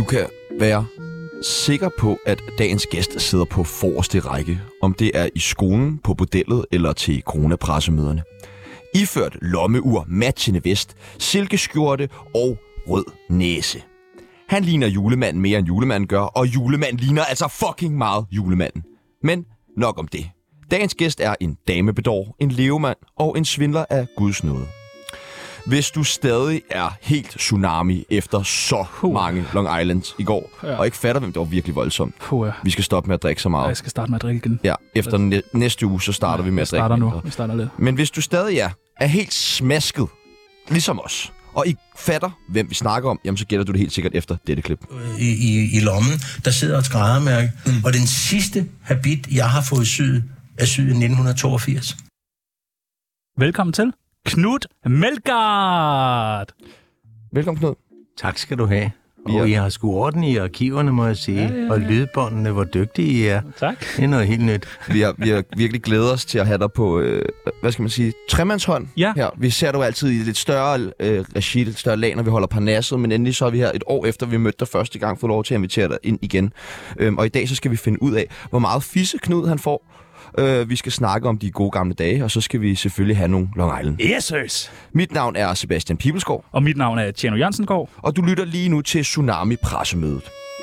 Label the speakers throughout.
Speaker 1: kan være sikker på, at dagens gæst sidder på forreste række, om det er i skolen, på bordellet eller til coronapressemøderne. Iført lommeur, matchende vest, silkeskjorte og rød næse. Han ligner julemanden mere end julemanden gør, og julemanden ligner altså fucking meget julemanden. Men nok om det. Dagens gæst er en damebedår, en levemand og en svindler af Guds nåde. Hvis du stadig er helt tsunami efter så mange Long Islands i går, og ikke fatter, hvem det var virkelig voldsomt. Vi skal stoppe med at drikke så meget.
Speaker 2: Jeg skal starte med at drikke igen.
Speaker 1: Ja, efter næste uge, så starter vi med at drikke.
Speaker 2: Vi starter lidt.
Speaker 1: Men hvis du stadig er helt smasket, ligesom os, og ikke fatter, hvem vi snakker om, jamen så gætter du det helt sikkert efter dette klip.
Speaker 3: I lommen, der sidder et skræddermærke, og den sidste habit, jeg har fået syet, er syet i 1982.
Speaker 2: Velkommen til Knud Melgaard.
Speaker 1: Velkommen, Knud.
Speaker 4: Tak skal du have. Og I har sgu orden i arkiverne, må jeg sige. Ja. Og lydbåndene, hvor dygtige I er.
Speaker 2: Tak.
Speaker 4: Det er noget helt nyt.
Speaker 1: Vi har virkelig glædet os til at have dig på, hvad skal man sige, tremandshånd.
Speaker 2: Ja.
Speaker 1: Her. Vi ser dig jo altid i lidt større regi, lidt større lag, når vi holder parnasset, men endelig så er vi her et år efter, vi mødte dig første gang, fået lov til at invitere dig ind igen. Og i dag så skal vi finde ud af, hvor meget fisse Knud han får. Vi skal snakke om de gode gamle dage, og så skal vi selvfølgelig have nogle Long Island.
Speaker 2: Yes, sirs.
Speaker 1: Mit navn er Sebastian Pibelsgaard.
Speaker 2: Og mit navn er Tjerno Jørgensengård.
Speaker 1: Og du lytter lige nu til Tsunami-pressemødet.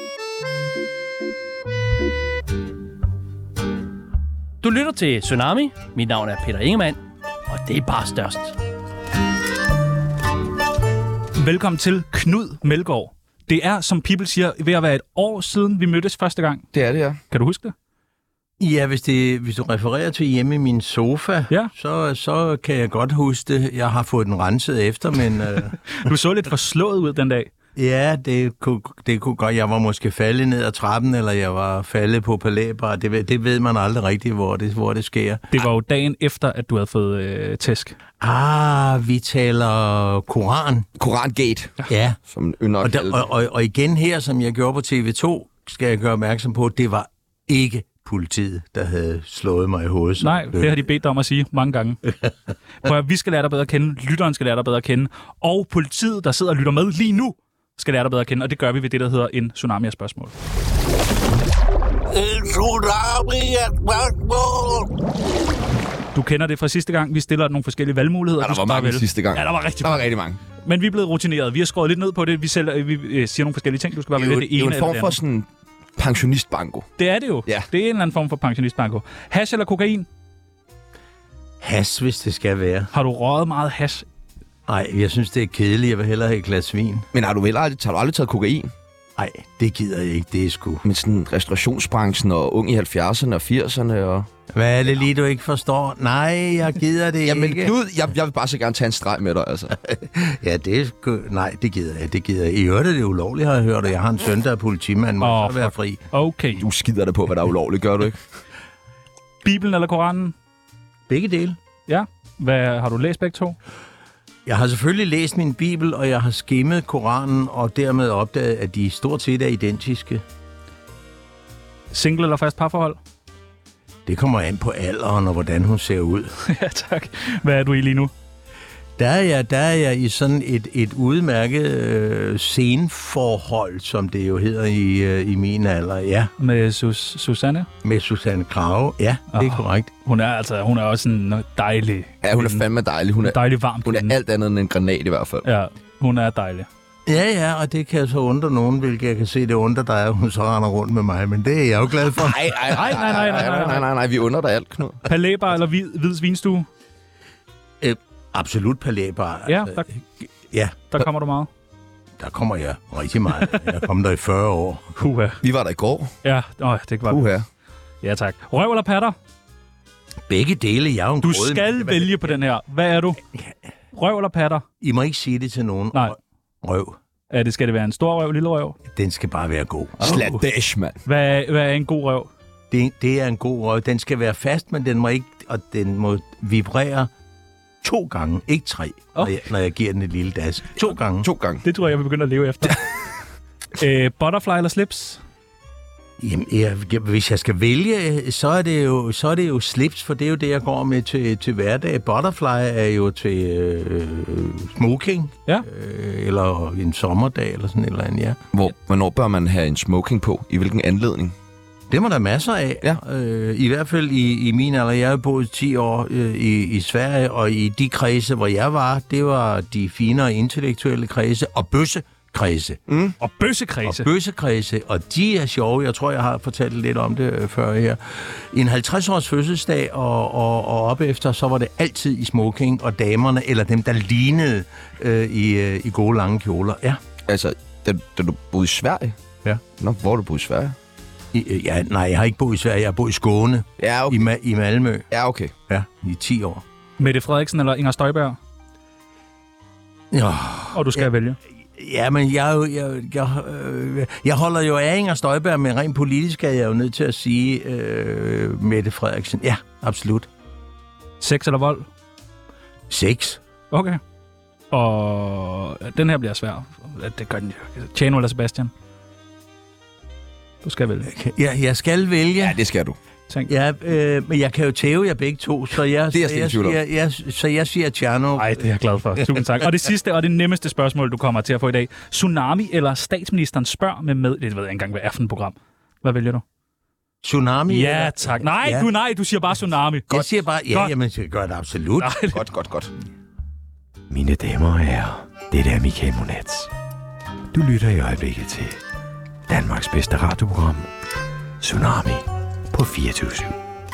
Speaker 5: Du lytter til Tsunami. Mit navn er Peter Ingemann, og det er bare størst.
Speaker 2: Velkommen til Knud Melgaard. Det er, som People siger, ved at være et år siden, vi mødtes første gang.
Speaker 1: Det er det, ja. Kan
Speaker 2: du huske det?
Speaker 4: Ja, hvis du refererer til hjemme i min sofa, så kan jeg godt huske det. Jeg har fået den renset efter, men...
Speaker 2: Du så lidt forslået ud den dag.
Speaker 4: Ja, det kunne godt. Jeg var måske faldet ned ad trappen, eller jeg var faldet på palæbar. Det ved man aldrig rigtigt, hvor det sker.
Speaker 2: Det var jo dagen efter, at du havde fået tæsk.
Speaker 4: Vi taler Koran.
Speaker 1: Korangate.
Speaker 4: Ja.
Speaker 1: Som
Speaker 4: og igen her, som jeg gjorde på TV2, skal jeg gøre opmærksom på, det var ikke politiet, der havde slået mig i hovedet.
Speaker 2: Nej, det har de bedt dig om at sige mange gange. For vi skal lære dig bedre at kende, lytteren skal lære dig bedre at kende, og politiet, der sidder og lytter med lige nu, skal lære dig bedre at kende, og det gør vi ved det, der hedder en tsunami af spørgsmål.
Speaker 3: En tsunami af spørgsmål!
Speaker 2: Du kender det fra sidste gang. Vi stiller nogle forskellige valgmuligheder.
Speaker 1: Ja, der var mange sidste gang.
Speaker 2: Ja, der var rigtig
Speaker 1: mange.
Speaker 2: Men vi er blevet rutineret. Vi har skåret lidt ned på det. Vi siger nogle forskellige ting. Du skal bare vælge det ene eller det andet.
Speaker 1: Det er jo en form for sådan pensionistbanko.
Speaker 2: Det er det jo.
Speaker 1: Ja.
Speaker 2: Det er en eller anden form for pensionistbanko. Hash eller kokain?
Speaker 4: Hash, hvis det skal være.
Speaker 2: Har du røget meget hash?
Speaker 4: Nej, jeg synes, det er kedeligt. Jeg vil hellere have et glas vin.
Speaker 1: Men har du aldrig taget kokain?
Speaker 4: Nej, det gider jeg ikke. Det er sgu.
Speaker 1: Med sådan restaurationsbranchen og ung i 70'erne og 80'erne og...
Speaker 4: Hvad er det lige, du ikke forstår? Nej, jeg gider det
Speaker 1: Jamen,
Speaker 4: ikke.
Speaker 1: Knud, jeg vil bare så gerne tage en streg med dig, altså.
Speaker 4: Ja, nej, det gider jeg. I hørte det ulovligt, har jeg hørt, og jeg har en søn, der er politimand, må så være fri.
Speaker 2: Okay.
Speaker 1: Du skider det på, hvad der er ulovligt, gør du ikke?
Speaker 2: Bibelen eller Koranen?
Speaker 4: Begge dele.
Speaker 2: Ja. Hvad har du læst begge to?
Speaker 4: Jeg har selvfølgelig læst min bibel, og jeg har skimmet Koranen, og dermed opdaget, at de stort set er identiske.
Speaker 2: Single eller fast parforhold?
Speaker 4: Det kommer an på alderen og hvordan hun ser ud.
Speaker 2: Ja, tak. Hvad er du i lige nu?
Speaker 4: Der er jeg i sådan et udmærket sceneforhold, som det jo hedder i min alder, ja.
Speaker 2: Med Susanne?
Speaker 4: Med Susanne Krage, ja, det er korrekt.
Speaker 2: Hun er også en dejlig...
Speaker 1: Ja, hun er fandme dejlig. Hun er
Speaker 2: dejlig varm.
Speaker 1: Hun er alt andet end en granat i hvert fald.
Speaker 2: Ja, hun er dejlig.
Speaker 4: Ja, og det kan så undre nogen, hvilket jeg kan se, det undrer dig, at hun så render rundt med mig, men det er jeg jo glad for.
Speaker 1: Nej, vi undrer dig alt, Knud.
Speaker 2: Palæbar eller hvid svinstue?
Speaker 4: Absolut palæbar.
Speaker 2: Ja, der kommer du meget.
Speaker 4: Der kommer jeg rigtig meget. Jeg kom der i 40 år.
Speaker 1: Vi var der i går.
Speaker 2: Ja, det var Ja, tak. Røv eller patter?
Speaker 4: Begge dele, jeg er jo en
Speaker 2: Du skal vælge på den her. Hvad er du? Røv eller patter?
Speaker 4: I må ikke sige det til nogen.
Speaker 2: Nej.
Speaker 4: Røv.
Speaker 2: Skal det være en stor røv, lille røv?
Speaker 4: Den skal bare være god.
Speaker 1: Sladesh, mand.
Speaker 2: Hvad er en god røv?
Speaker 4: Det er en god røv. Den skal være fast, men den må ikke, og den må vibrere 2 gange, ikke 3, når jeg giver den et lille dask. 2 gange.
Speaker 1: 2 gange.
Speaker 2: Det tror jeg vil begynde at leve efter. Butterfly eller slips?
Speaker 4: Jamen, hvis jeg skal vælge, så er det jo slips, for det er jo det, jeg går med til hverdag. Butterfly er jo til smoking, eller en sommerdag, eller sådan et eller andet, ja.
Speaker 1: Hvornår bør man have en smoking på? I hvilken anledning?
Speaker 4: Det må der masser af. Ja. I hvert fald i min alder. Jeg har boet 10 år i Sverige, og i de kredse, hvor jeg var, det var de finere intellektuelle kredse og bøssekredse.
Speaker 2: Og bøssekredse.
Speaker 4: Og bøssekredse, og de er sjove. Jeg tror, jeg har fortalt lidt om det før her. En 50-års fødselsdag og op efter, så var det altid i smoking, og damerne, eller dem, der lignede i gode lange kjoler. Ja.
Speaker 1: Altså, da du boede i Sverige?
Speaker 4: Ja.
Speaker 1: Nå, hvor har du boet i Sverige?
Speaker 4: Nej, jeg har ikke boet i Sverige. Jeg har boet i Skåne.
Speaker 1: Ja, okay.
Speaker 4: I Malmø.
Speaker 1: Ja, okay.
Speaker 4: Ja, i 10 år.
Speaker 2: Mette Frederiksen eller Inger Støjberg?
Speaker 4: Ja.
Speaker 2: Og du skal vælge.
Speaker 4: Ja, men jeg holder jo af Inger Støjberg, men rent politisk er jeg jo nødt til at sige Mette Frederiksen. Ja, absolut.
Speaker 2: Sex eller vold?
Speaker 4: Sex.
Speaker 2: Okay. Og den her bliver svær. Det gør den jo. Tjano eller Sebastian? Du skal vælge.
Speaker 4: Jeg skal vælge.
Speaker 1: Ja, det skal du.
Speaker 4: Ja, men jeg kan jo tæve jer begge to, så jeg siger Tjerno.
Speaker 2: Nej, det er jeg glad for. Tusind tak. Og det sidste og det nemmeste spørgsmål, du kommer til at få i dag. Tsunami eller statsministeren spørger med? Det ved jeg ikke engang, hvad er for et program. Hvad vælger du?
Speaker 4: Tsunami?
Speaker 2: Ja, tak. Nej, du siger bare Tsunami.
Speaker 4: Godt. Jeg siger bare, jamen, det gør det absolut.
Speaker 1: Godt.
Speaker 6: Mine damer og herrer, det er Michael Monats. Du lytter i øjeblikket til Danmarks bedste radioprogram, Tsunami på 24/7.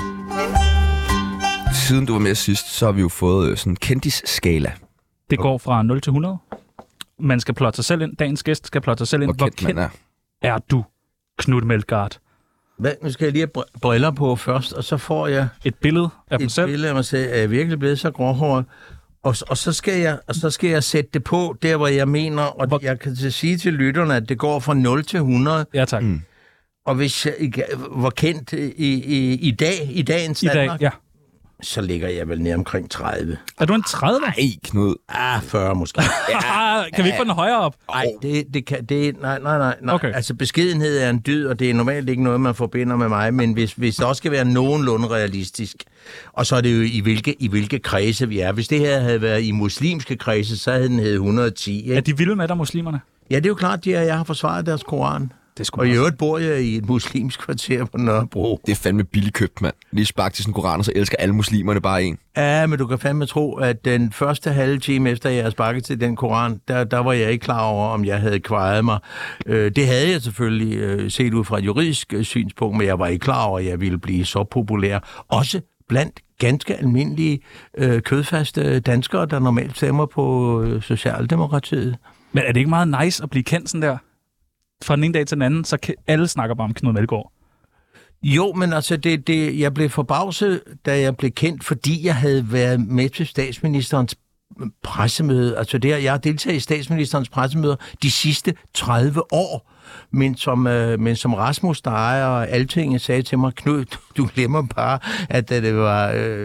Speaker 1: Siden du var med sidst, så har vi jo fået sådan en kendisskala.
Speaker 2: Det går fra 0 til 100. Man skal plotte sig selv ind. Dagens gæst skal plotte sig selv ind.
Speaker 1: Hvor kendt man
Speaker 2: er du, Knud Melgaard?
Speaker 4: Nu skal jeg lige have briller på først, og så får jeg
Speaker 2: et billede af mig selv.
Speaker 4: Et billede af mig selv. Er jeg virkelig blevet så gråhåret? Og så skal jeg sætte det på der, hvor jeg mener, og jeg kan sige til lytterne, at det går fra 0 til 100.
Speaker 2: Ja, tak.
Speaker 4: Og hvis jeg var kendt i dagens Danmark, så ligger jeg vel ned omkring 30.
Speaker 2: Er du en 30?
Speaker 1: Nej, Knud.
Speaker 4: 40 måske.
Speaker 2: Kan vi ikke få den højere op?
Speaker 4: Nej. Okay. Altså beskedenhed er en dyd, og det er normalt ikke noget, man forbinder med mig, men hvis det også skal være nogenlunde realistisk, og så er det jo i hvilke kredse vi er. Hvis det her havde været i muslimske kredse, så havde den hed 110. Ikke?
Speaker 2: Er de vilde med dig, muslimerne?
Speaker 4: Ja, det er jo klart, jeg har forsvaret deres koran. Og i øvrigt bor jeg i et muslimsk kvarter på Nørrebro.
Speaker 1: Det er fandme billigt købt, mand. Lige spark til sådan en koran, og så elsker alle muslimerne bare en.
Speaker 4: Ja, men du kan fandme tro, at den første halve time efter jeg havde sparket til den koran, der var jeg ikke klar over, om jeg havde kvaret mig. Det havde jeg selvfølgelig set ud fra et juridisk synspunkt, men jeg var ikke klar over, at jeg ville blive så populær. Også blandt ganske almindelige kødfaste danskere, der normalt stemmer på Socialdemokratiet.
Speaker 2: Men er det ikke meget nice at blive kendt sådan der? Fra den ene dag til den anden, så alle snakker bare om Knud Melgaard. Jo, men altså, jeg blev forbavset, da jeg blev kendt, fordi jeg havde været med til statsministerens pressemøde. Altså, jeg har deltaget i statsministerens pressemøder de sidste 30 år. Men som Rasmus, der ejer Altinget, sagde til mig, Knud, du glemmer bare, at da det var,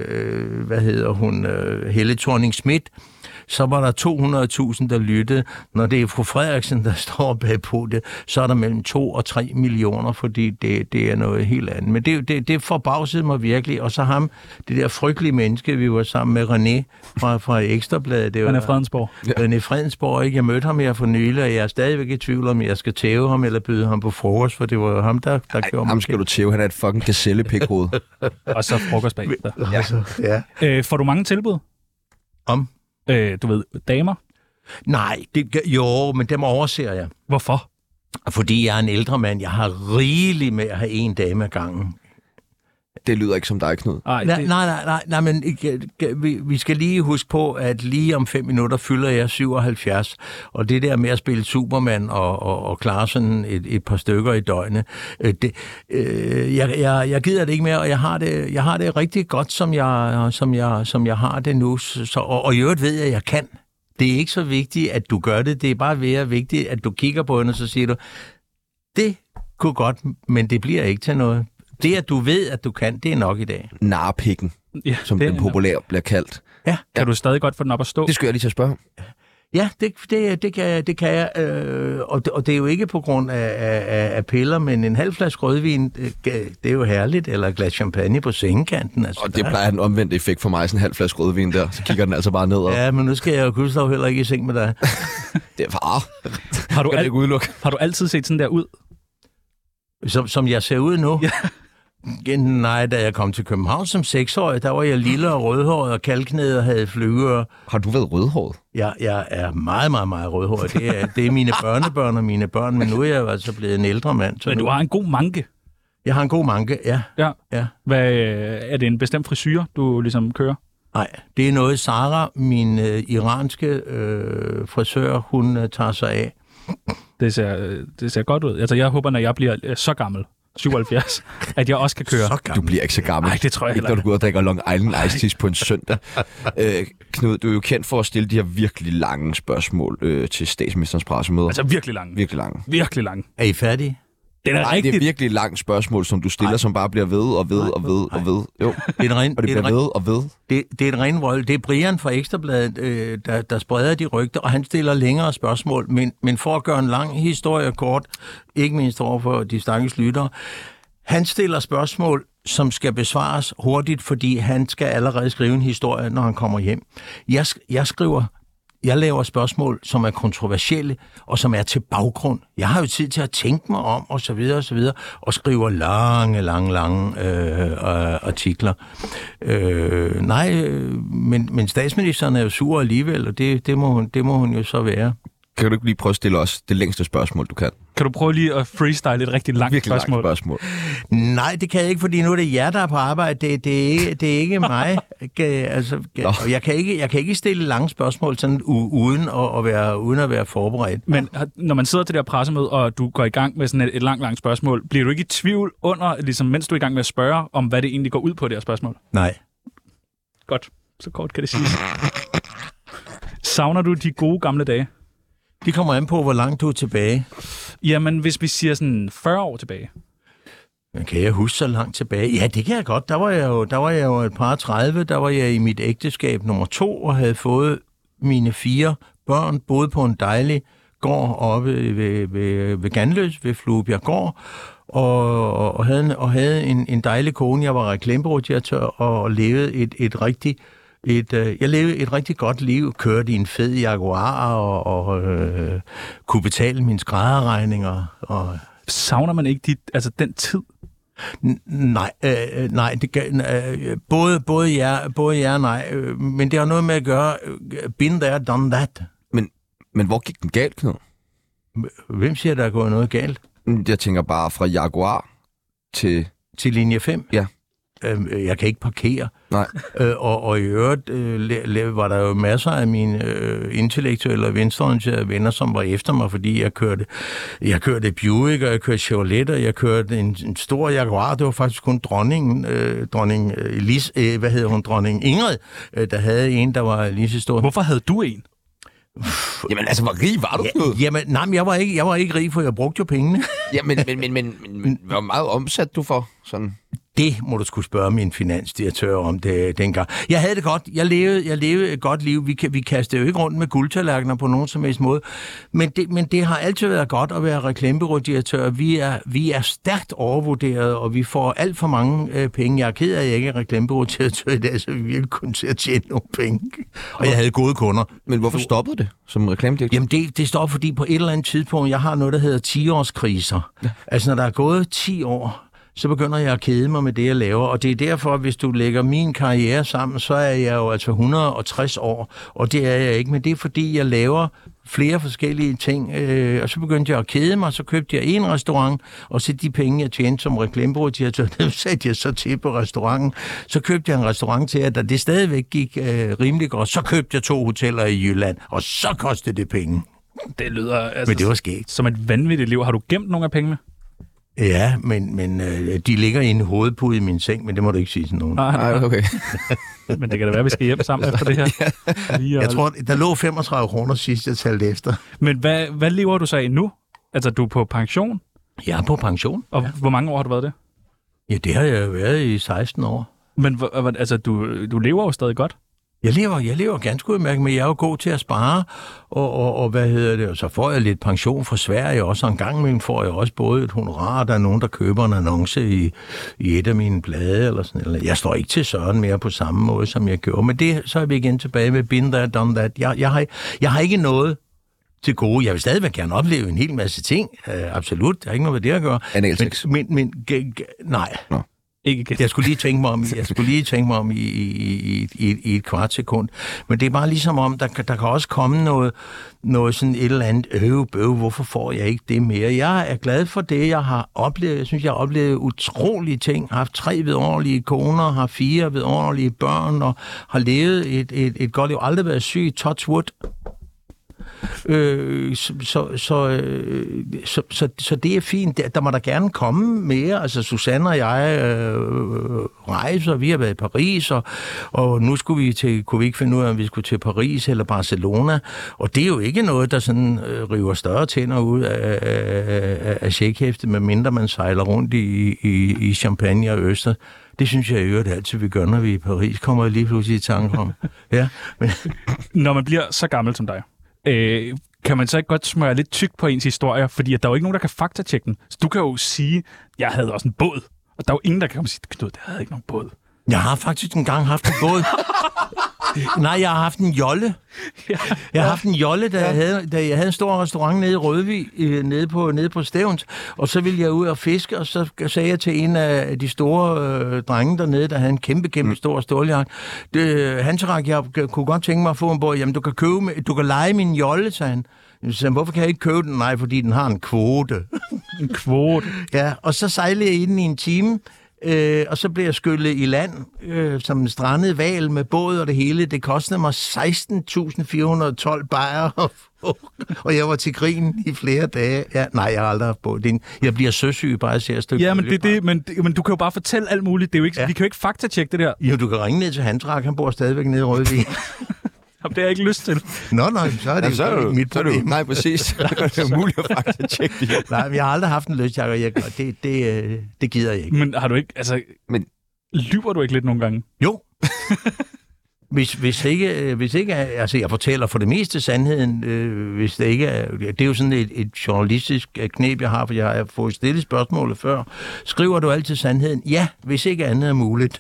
Speaker 2: Helle Thorning-Schmidt, så var der 200.000, der lyttede. Når det er fru Frederiksen, der står bagpå det, så er der mellem 2 og 3 millioner, fordi det er noget helt andet. Men det forbavsede mig virkelig. Og så ham, det der frygtelige menneske, vi var sammen med René fra Ekstrabladet. René Fredensborg.
Speaker 4: René Fredensborg, ikke? Jeg mødte ham her for nylig, og jeg er stadigvæk i tvivl om, jeg skal tæve ham eller byde ham på frokost, for det var jo ham, der gjorde mig.
Speaker 1: Ham skal du tæve, han er et fucking gazellepikhoved.
Speaker 2: Og så frokost bagefter.
Speaker 4: Ja.
Speaker 2: Får du mange tilbud?
Speaker 4: Om?
Speaker 2: Du ved, damer?
Speaker 4: Nej, men dem overser jeg.
Speaker 2: Hvorfor?
Speaker 4: Fordi jeg er en ældre mand. Jeg har rigeligt med at have en dame ad gangen.
Speaker 1: Det lyder ikke som dig, Knud.
Speaker 4: Nej, men vi skal lige huske på, at lige om 5 minutter fylder jeg 77. Og det der med at spille Superman og klare sådan et par stykker i døgnet, jeg gider det ikke mere, og jeg har det rigtig godt, som jeg har det nu. Og i øvrigt ved jeg, at jeg kan. Det er ikke så vigtigt, at du gør det. Det er bare vigtigt, at du kigger på hende, og så siger du, det kunne godt, men det bliver ikke til noget. Det, at du ved, at du kan, det er nok i dag.
Speaker 1: Narpikken, som den populært bliver kaldt.
Speaker 4: Ja.
Speaker 2: Kan du stadig godt få den op at stå?
Speaker 1: Det skal jeg lige til at spørge.
Speaker 4: Ja, det kan jeg. Og det er jo ikke på grund af piller, men en halv flaske rødvin, det er jo herligt. Eller et glas champagne på sengekanten. Altså,
Speaker 1: og det plejer den omvendte effekt for mig, sådan en halv flaske rødvin der. Så kigger den altså bare ned.
Speaker 4: Ja, men nu skal jeg jo kudselig heller ikke i seng med dig.
Speaker 1: Det er far.
Speaker 2: Har du altid set sådan der ud?
Speaker 4: Som jeg ser ud nu? Ja. Nej, da jeg kom til København som 6-årig, der var jeg lille og rødhåret og kalknædet og havde flyver.
Speaker 1: Har du været rødhåret?
Speaker 4: Jeg er meget, meget, meget rødhåret. Det er mine børnebørn og mine børn, men nu er jeg jo altså blevet en ældre mand.
Speaker 2: Men du har en god manke.
Speaker 4: Jeg har en god manke, ja.
Speaker 2: Hvad, er det en bestemt frisyr, du ligesom kører?
Speaker 4: Nej, det er noget Sara, min iranske frisør, hun tager sig af.
Speaker 2: Det ser godt ud. Altså, jeg håber, når jeg bliver så gammel, 77, at jeg også kan køre.
Speaker 1: Du bliver ikke så gammel.
Speaker 2: Nej, det tror jeg
Speaker 1: ikke. Når du går ud og drikker Long Island Iced Teas på en søndag. Knud, du er jo kendt for at stille de her virkelig lange spørgsmål til statsministerens pressemøder.
Speaker 2: Altså virkelig lange. Virkelig lange.
Speaker 4: Er I færdige?
Speaker 2: Det er rigtigt.
Speaker 1: Det er virkelig lange spørgsmål, som du stiller, som bare bliver ved og ved og ved og ved. Jo.
Speaker 4: Det er
Speaker 1: og det bliver ved og ved.
Speaker 4: Det er en ren vold. Det er Brian fra Ekstrabladet, der spreder de rygter, og han stiller længere spørgsmål. Men for at gøre en lang historie kort, ikke mindst over for de stakkels lyttere, han stiller spørgsmål, som skal besvares hurtigt, fordi han skal allerede skrive en historie, når han kommer hjem. Jeg laver spørgsmål, som er kontroversielle, og som er til baggrund. Jeg har jo tid til at tænke mig om, og så videre, og skriver lange artikler. Men statsministeren er jo sur alligevel, og det må hun jo så være.
Speaker 1: Kan du ikke lige prøve at stille os det længste spørgsmål, du kan?
Speaker 2: Kan du prøve lige at freestyle et rigtig langt spørgsmål?
Speaker 4: Nej, det kan jeg ikke, fordi nu er det jer, der er på arbejde. Det er ikke mig. Og jeg kan ikke stille lange spørgsmål sådan uden at være forberedt.
Speaker 2: Men når man sidder til det her pressemøde, og du går i gang med sådan et langt spørgsmål, bliver du ikke i tvivl under, ligesom mens du er i gang med at spørge, om hvad det egentlig går ud på, det her spørgsmål?
Speaker 4: Nej.
Speaker 2: Godt. Så kort kan det siges. Savner du de gode gamle dage?
Speaker 4: Det kommer an på, hvor langt du er tilbage.
Speaker 2: Jamen, hvis vi siger sådan 40 år tilbage.
Speaker 4: Men kan jeg huske så langt tilbage? Ja, det kan jeg godt. Der var jeg jo et par 30. Der var jeg i mit ægteskab nummer 2 og havde fået mine 4 børn, boede på en dejlig gård oppe ved Ganløs, ved Fluebjerggård, og havde en dejlig kone. Jeg var reklamebureaudirektør og levede jeg levede et rigtig godt liv, kørte i en fed Jaguar og kunne betale mine skrædderregninger.
Speaker 2: Savner man ikke den tid?
Speaker 4: Nej, både ja og nej, men det har noget med at gøre, been there, done that.
Speaker 1: Men hvor gik den galt, Knud?
Speaker 4: Hvem siger, der er gået noget galt?
Speaker 1: Jeg tænker bare fra Jaguar til
Speaker 4: linje 5?
Speaker 1: Ja.
Speaker 4: Jeg kan ikke parkere.
Speaker 1: Nej.
Speaker 4: Og i øvrigt var der jo masser af mine intellektuelle og venstreorienterede venner, som var efter mig, fordi jeg kørte Buick, og jeg kørte Chevrolet, og jeg kørte en stor Jaguar. Det var faktisk kun dronning Ingrid, der havde en, der var lige så stor.
Speaker 2: Hvorfor havde du en?
Speaker 1: Jamen altså, hvor rig var du?
Speaker 4: Men jeg var ikke rig, for jeg brugte jo pengene.
Speaker 1: Men hvor meget omsat du for sådan?
Speaker 4: Det må du skulle spørge min finansdirektør om det dengang. Jeg havde det godt. Jeg levede et godt liv. Vi kastede jo ikke rundt med guldtallerkener på nogen som helst måde. Men det har altid været godt at være reklamebureaudirektør. Vi er stærkt overvurderet, og vi får alt for mange penge. Jeg er ked af, at jeg ikke er reklamebureaudirektør i dag, så vi virkelig kun til at tjene nogle penge. Og jeg havde gode kunder.
Speaker 1: Men hvorfor stoppede det som reklamedirektør?
Speaker 4: Jamen det stoppede, fordi på et eller andet tidspunkt, jeg har noget, der hedder 10-årskriser. Ja. Altså når der er gået 10 år, så begynder jeg at kede mig med det, jeg laver. Og det er derfor, hvis du lægger min karriere sammen, så er jeg jo altså 160 år. Og det er jeg ikke, men det er fordi, jeg laver flere forskellige ting. Og så begyndte jeg at kede mig, så købte jeg en restaurant, og så de penge, jeg tjente som reklamebureaudirektør, dem satte jeg så til på restauranten. Så købte jeg en restaurant til, at da det stadigvæk gik rimelig godt, så købte jeg 2 hoteller i Jylland, og så kostede det penge.
Speaker 2: Det lyder altså,
Speaker 4: men det var skægt.
Speaker 2: Som et vanvittigt liv. Har du gemt nogle af pengene?
Speaker 4: Ja, men de ligger i en hovedpude i min seng, men det må du ikke sige til nogen.
Speaker 2: Nej, okay. Men det kan da være, vi skal hjem sammen efter det her.
Speaker 4: Jeg tror, der lå 35 kroner sidst, jeg talte efter.
Speaker 2: Men hvad lever du så af nu? Altså, du er på pension?
Speaker 4: Jeg er på pension.
Speaker 2: Og hvor mange år har du været det?
Speaker 4: Ja, det har jeg været i 16 år.
Speaker 2: Men altså, du lever jo stadig godt?
Speaker 4: Jeg lever ganske udmærket, men jeg er jo god til at spare, og og så får jeg lidt pension fra Sverige også, og en gang imellem får jeg også både et honorar, der er nogen, der køber en annonce i et af mine blade, eller sådan noget. Jeg står ikke til Søren mere på samme måde, som jeg gjorde, men så er vi igen tilbage med been there, done that. Jeg har ikke noget til gode. Jeg vil stadigvæk gerne opleve en hel masse ting, absolut, der er ikke noget med det at gøre. Men nej. Nå. Jeg skulle lige tænke mig om i et kvart sekund. Men det er bare ligesom om, der kan også komme noget sådan et eller andet hvorfor får jeg ikke det mere? Jeg er glad for det, jeg har oplevet. Jeg synes, jeg har oplevet utrolige ting. Har haft 3 vidunderlige koner, har 4 vidunderlige børn, og har levet et godt liv. Aldrig været syg, touch wood. Så det er fint. Der må der gerne komme mere. Altså Susanne og jeg rejser. Vi har været i Paris, og nu kunne vi ikke finde ud af, om vi skulle til Paris eller Barcelona. Og det er jo ikke noget, der sådan river større tænder ud af checkhæftet, medmindre man sejler rundt i Champagne og Øster. Det synes jeg i øvrigt altid, vi gør, når vi er i Paris. Kommer jeg lige pludselig i tanke om. Ja, men...
Speaker 2: Når man bliver så gammel som dig, kan man så ikke godt smøre lidt tykt på ens historie? Fordi at der er jo ikke nogen, der kan faktatjekke den. Så du kan jo sige, jeg havde også en båd. Og der er jo ingen, der kan sige, Knud, det havde ikke nogen båd.
Speaker 4: Jeg har faktisk engang haft en båd. Nej, jeg har haft en jolle. Jeg har haft en jolle, da jeg havde en stor restaurant nede i Rødvig, nede på Stævns. Og så ville jeg ud og fiske, og så sagde jeg til en af de store drenge dernede, der havde en kæmpe stor ståljagt. Hanserak, jeg kunne godt tænke mig at få en båd. Jamen, du kan leje min jolle, sagde han. Så hvorfor kan jeg ikke købe den? Nej, fordi den har en kvote.
Speaker 2: En kvote?
Speaker 4: Ja, og så sejlede jeg i den i en time. Og så blev jeg skyllet i land som en strandet hval med båd og det hele. Det kostede mig 16.412 bajer, og jeg var til grin i flere dage. Ja, nej, jeg har aldrig haft båd. Jeg bliver søsyg bare at se et stykke.
Speaker 2: Ja, men du kan jo bare fortælle alt muligt. Det er jo ikke, vi kan jo ikke faktatjekke det der.
Speaker 4: Jo, du kan ringe ned til Hansrak, han bor stadigvæk nede i Rødvig.
Speaker 2: Det har jeg ikke lyst til.
Speaker 4: Nå, så er det jo mit problem.
Speaker 1: Nej, præcis. Det er muligt at faktatjekke det.
Speaker 4: Nej, men jeg har aldrig haft en lystjakke, og det gider jeg ikke.
Speaker 2: Men har du ikke, lyver du ikke lidt nogle gange?
Speaker 4: Jo. Hvis ikke, altså jeg fortæller for det meste sandheden, hvis det ikke er, det er jo sådan et journalistisk knep, jeg har, for jeg har fået stillet spørgsmålet før. Skriver du altid sandheden? Ja, hvis ikke andet er muligt.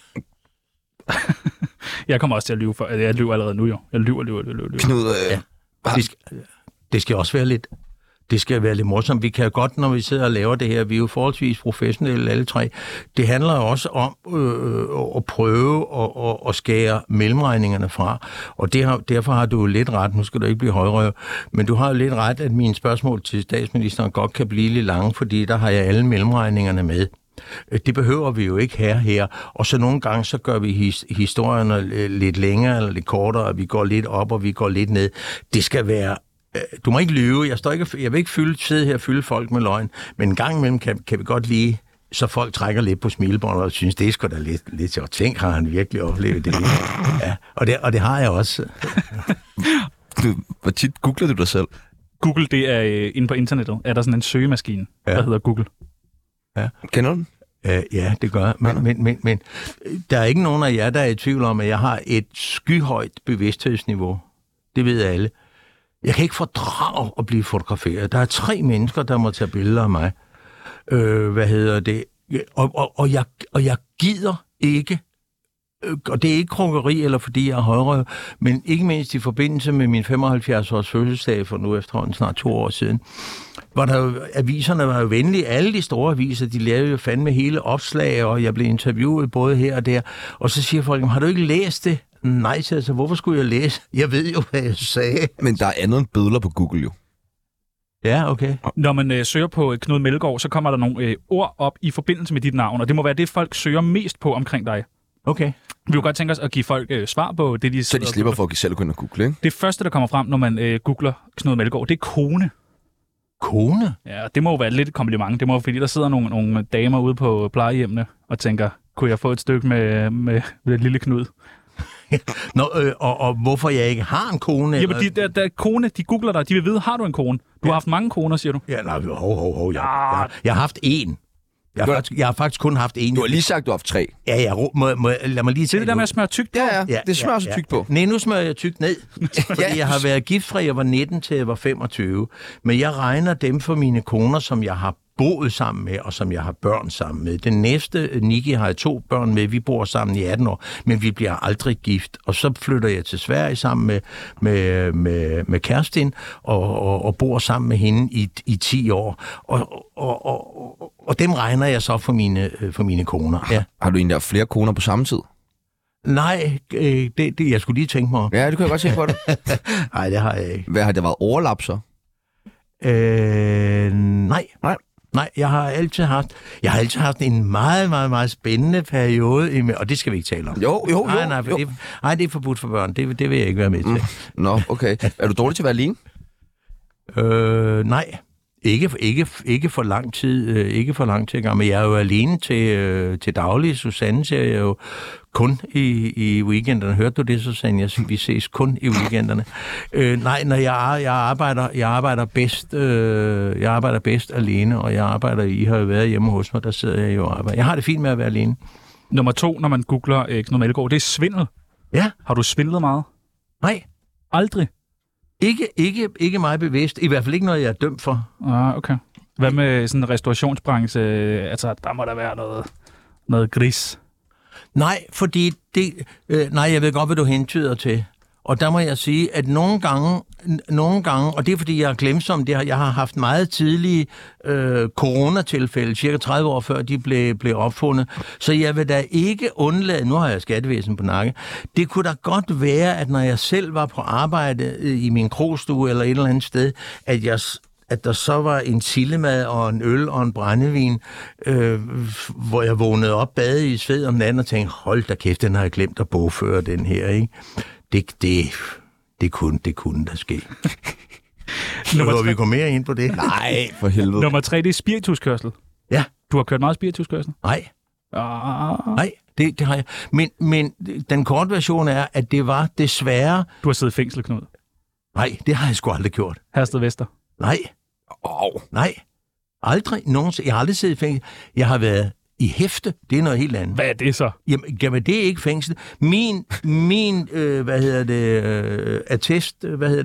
Speaker 2: Jeg kommer også til at lyve, for jeg lyver allerede nu, jo. Jeg lyver.
Speaker 1: Knud,
Speaker 4: ja. Det skal også være lidt... Det skal være lidt morsomt. Vi kan godt, når vi sidder og laver det her, vi er jo forholdsvis professionelle alle tre. Det handler også om at prøve at skære mellemregningerne fra. Og derfor har du lidt ret, nu skal du ikke blive højrøv, men du har jo lidt ret, at mine spørgsmål til statsministeren godt kan blive lidt lange, fordi der har jeg alle mellemregningerne med. Det behøver vi jo ikke her. Og så nogle gange, så gør vi historierne lidt længere eller lidt kortere, vi går lidt op, og vi går lidt ned. Det skal være... Du må ikke lyve. Jeg vil ikke sidde her og fylde folk med løgn, men en gang imellem kan vi godt lide, så folk trækker lidt på smilebåndet og synes, det er sgu da lidt sjovt. Tænk, har han virkelig oplevet det? Ja, og det har jeg også.
Speaker 1: Hvor tit googler du dig selv?
Speaker 2: Google, det er inde på internettet. Er der sådan en søgemaskine, der hedder Google?
Speaker 4: Ja.
Speaker 1: Kender du den?
Speaker 4: Ja, det gør jeg. Men der er ikke nogen af jer, der er i tvivl om, at jeg har et skyhøjt bevidsthedsniveau. Det ved alle. Jeg kan ikke fordrage at blive fotograferet. Der er 3 mennesker, der må tage billeder af mig. Og jeg gider ikke, og det er ikke krukkeri, eller fordi jeg er højrøv, men ikke mindst i forbindelse med min 75-års fødselsdag for nu efterhånden snart 2 år siden, hvor aviserne var jo venlige. Alle de store aviser, de lavede jo fandme hele opslag, og jeg blev interviewet både her og der. Og så siger folk, har du ikke læst det? Nej, altså, hvorfor skulle jeg læse? Jeg ved jo, hvad jeg sagde.
Speaker 1: Men der er andet end billeder på Google jo.
Speaker 4: Ja, okay.
Speaker 2: Når man søger på Knud Melgaard, så kommer der nogle ord op i forbindelse med dit navn, og det må være det, folk søger mest på omkring dig.
Speaker 4: Okay.
Speaker 2: Vi vil godt tænke os at give folk svar på det, de...
Speaker 1: Så de slipper for at selv kunne google, ikke?
Speaker 2: Det første, der kommer frem, når man googler Knud Melgaard, det er kone.
Speaker 4: Kone?
Speaker 2: Ja, det må jo være lidt et kompliment. Det må jo, fordi der sidder nogle damer ude på plejehjemmene og tænker, kunne jeg få et stykke med lille Knud?
Speaker 4: Nå, og hvorfor jeg ikke har en kone?
Speaker 2: Jamen, der kone, de googler dig, de vil vide, har du en kone? Du har haft mange koner, siger du?
Speaker 4: Ja, nej, hov. Jeg har haft én. Jeg har faktisk kun haft en.
Speaker 1: Du har lige sagt, du har haft 3.
Speaker 4: Ja, lad mig lige
Speaker 2: se det der med at smøre tykt på.
Speaker 1: Ja, det smører så tykt på.
Speaker 4: Nej, nu smører jeg tykt ned. Fordi jeg har været gift fra jeg var 19 til jeg var 25. Men jeg regner dem for mine koner, som jeg har boet sammen med, og som jeg har børn sammen med. Den næste, Nikki, har jeg 2 børn med. Vi bor sammen i 18 år, men vi bliver aldrig gift. Og så flytter jeg til Sverige sammen med Kerstin, og bor sammen med hende i 10 år. Og dem regner jeg så for mine koner. Ja.
Speaker 1: Har du egentlig haft flere koner på samme tid?
Speaker 4: Nej, det jeg skulle lige tænke mig om.
Speaker 1: Ja, det kan jeg godt tænke på det.
Speaker 4: Nej, det har jeg ikke.
Speaker 1: Hvad har det været overlap så?
Speaker 4: Nej, jeg har altid haft en meget, meget, meget spændende periode, og det skal vi ikke tale om.
Speaker 1: Jo.
Speaker 4: Nej, det er forbudt for børn. Det vil jeg ikke være med til.
Speaker 1: Nå, okay. Er du dårlig til at være alene?
Speaker 4: Nej. Ikke for lang tid. Ikke for lang tid engang, men jeg er jo alene til daglig. Susanne ser jeg jo kun i weekenderne. Hørte du det, Susanne? Vi ses kun i weekenderne. Nej, når jeg arbejder bedst. Jeg arbejder bedst alene, og I har jo været hjemme hos mig, der sidder jeg jo og arbejder. Jeg har det fint med at være alene.
Speaker 2: Nummer 2, når man googler Knud Meldgaard, det er svindel.
Speaker 4: Ja.
Speaker 2: Har du svindlet meget?
Speaker 4: Nej.
Speaker 2: Aldrig?
Speaker 4: Ikke meget bevidst. I hvert fald ikke noget, jeg er dømt for.
Speaker 2: Okay. Hvad med sådan en restaurationsbranche? Altså, der må der være noget gris.
Speaker 4: Nej, fordi jeg ved godt, hvad du hentyder til. Og der må jeg sige, at nogle gange, og det er fordi, jeg er glemsom, jeg har haft meget tidlige coronatilfælde, cirka 30 år før de blev opfundet. Så jeg vil da ikke undlade, nu har jeg skattevæsen på nakke, det kunne da godt være, at når jeg selv var på arbejde i min krogstue eller et eller andet sted, at der så var en sillemad og en øl og en brændevin, hvor jeg vågnede op, bade i sved om natten og tænkte, hold da kæft, den har jeg glemt at bogføre, den her, ikke? Det kunne der ske. Må vi gå mere ind på det?
Speaker 1: Nej, for helvede.
Speaker 2: Nummer 3, det er spirituskørsel.
Speaker 4: Ja.
Speaker 2: Du har kørt meget spirituskørsel?
Speaker 4: Nej. Nej, det har jeg. Men den korte version er, at det var desværre...
Speaker 2: Du har siddet i fængsel, Knud?
Speaker 4: Nej, det har jeg sgu aldrig gjort.
Speaker 2: Hersted Vester? Nej.
Speaker 4: Nej. Aldrig nogensinde. Jeg har aldrig siddet i fængsel. Jeg har været i hæfte. Det er noget helt andet.
Speaker 2: Hvad er det så?
Speaker 4: Jamen det er ikke fængsel. Min attest,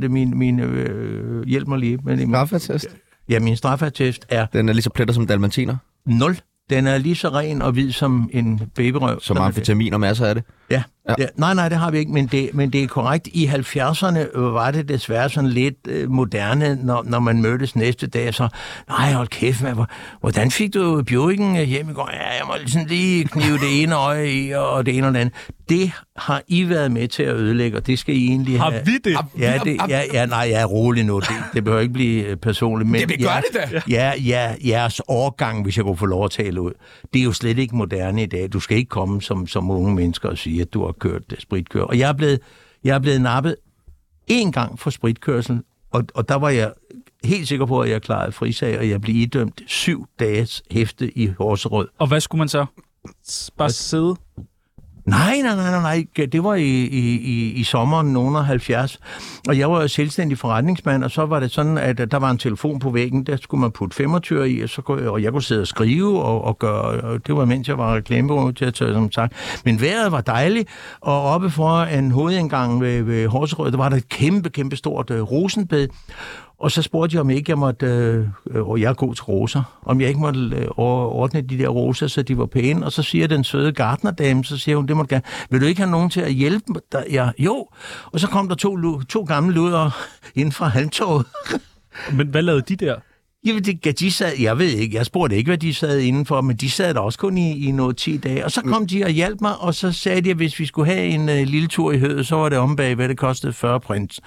Speaker 4: hjælp mig lige.
Speaker 1: Strafattest?
Speaker 4: Ja, min strafattest er...
Speaker 1: Den er lige så pletter som dalmatiner?
Speaker 4: 0. Den er lige så ren og hvid som en babyrøv.
Speaker 1: Som amfetamin og masser af det?
Speaker 4: Ja. Nej, det har vi ikke, men det er korrekt. I 70'erne var det desværre sådan lidt moderne, når man mødtes næste dag, så, nej, hold kæft, hvordan fik du Bjørken hjem i går? Ja, jeg må sådan lige knive det ene øje i, og det ene og det andet. Det har I været med til at ødelægge, og det skal I egentlig have.
Speaker 2: Har vi det?
Speaker 4: Nej, jeg er rolig nu. Det behøver ikke blive personligt. Men
Speaker 1: det gør det da.
Speaker 4: Jeres årgang, hvis jeg kunne få lov at tale ud, det er jo slet ikke moderne i dag. Du skal ikke komme som unge mennesker og sige, at du har kørt spritkørsel. Og jeg er blevet nappet 1 gang for spritkørsel, og der var jeg helt sikker på, at jeg klarede frisag, og jeg blev idømt 7 dages hæfte i Horserød.
Speaker 2: Og hvad skulle man så? Bare sidde?
Speaker 4: Nej. Det var i sommeren nogen 70, og jeg var selvstændig forretningsmand, og så var det sådan, at der var en telefon på væggen, der skulle man putte 25 i, og jeg kunne sidde og skrive og gøre, og det var mens jeg var reklamebureau til at tage som sagt. Men vejret var dejligt, og oppe for en hovedindgang ved Horserød, der var der et kæmpe stort rosenbed. Og så spurgte jeg, om ikke jeg måtte, og jeg er god til roser, om jeg ikke måtte ordne de der roser, så de var pæne. Og så siger den søde gartnerdame, så siger hun, det må du gerne. Vil du ikke have nogen til at hjælpe dig? Ja, jo. Og så kom der to gamle luder inden fra halmtorvet.
Speaker 2: Men hvad lavede de der?
Speaker 4: Jamen, de sad, jeg ved ikke, jeg spurgte ikke, hvad de sad indenfor, men de sad der også kun i noget 10 dage. Og så kom de og hjalp mig, og så sagde de, at hvis vi skulle have en lille tur i høet, så var det om bag, hvad det kostede 40 prins.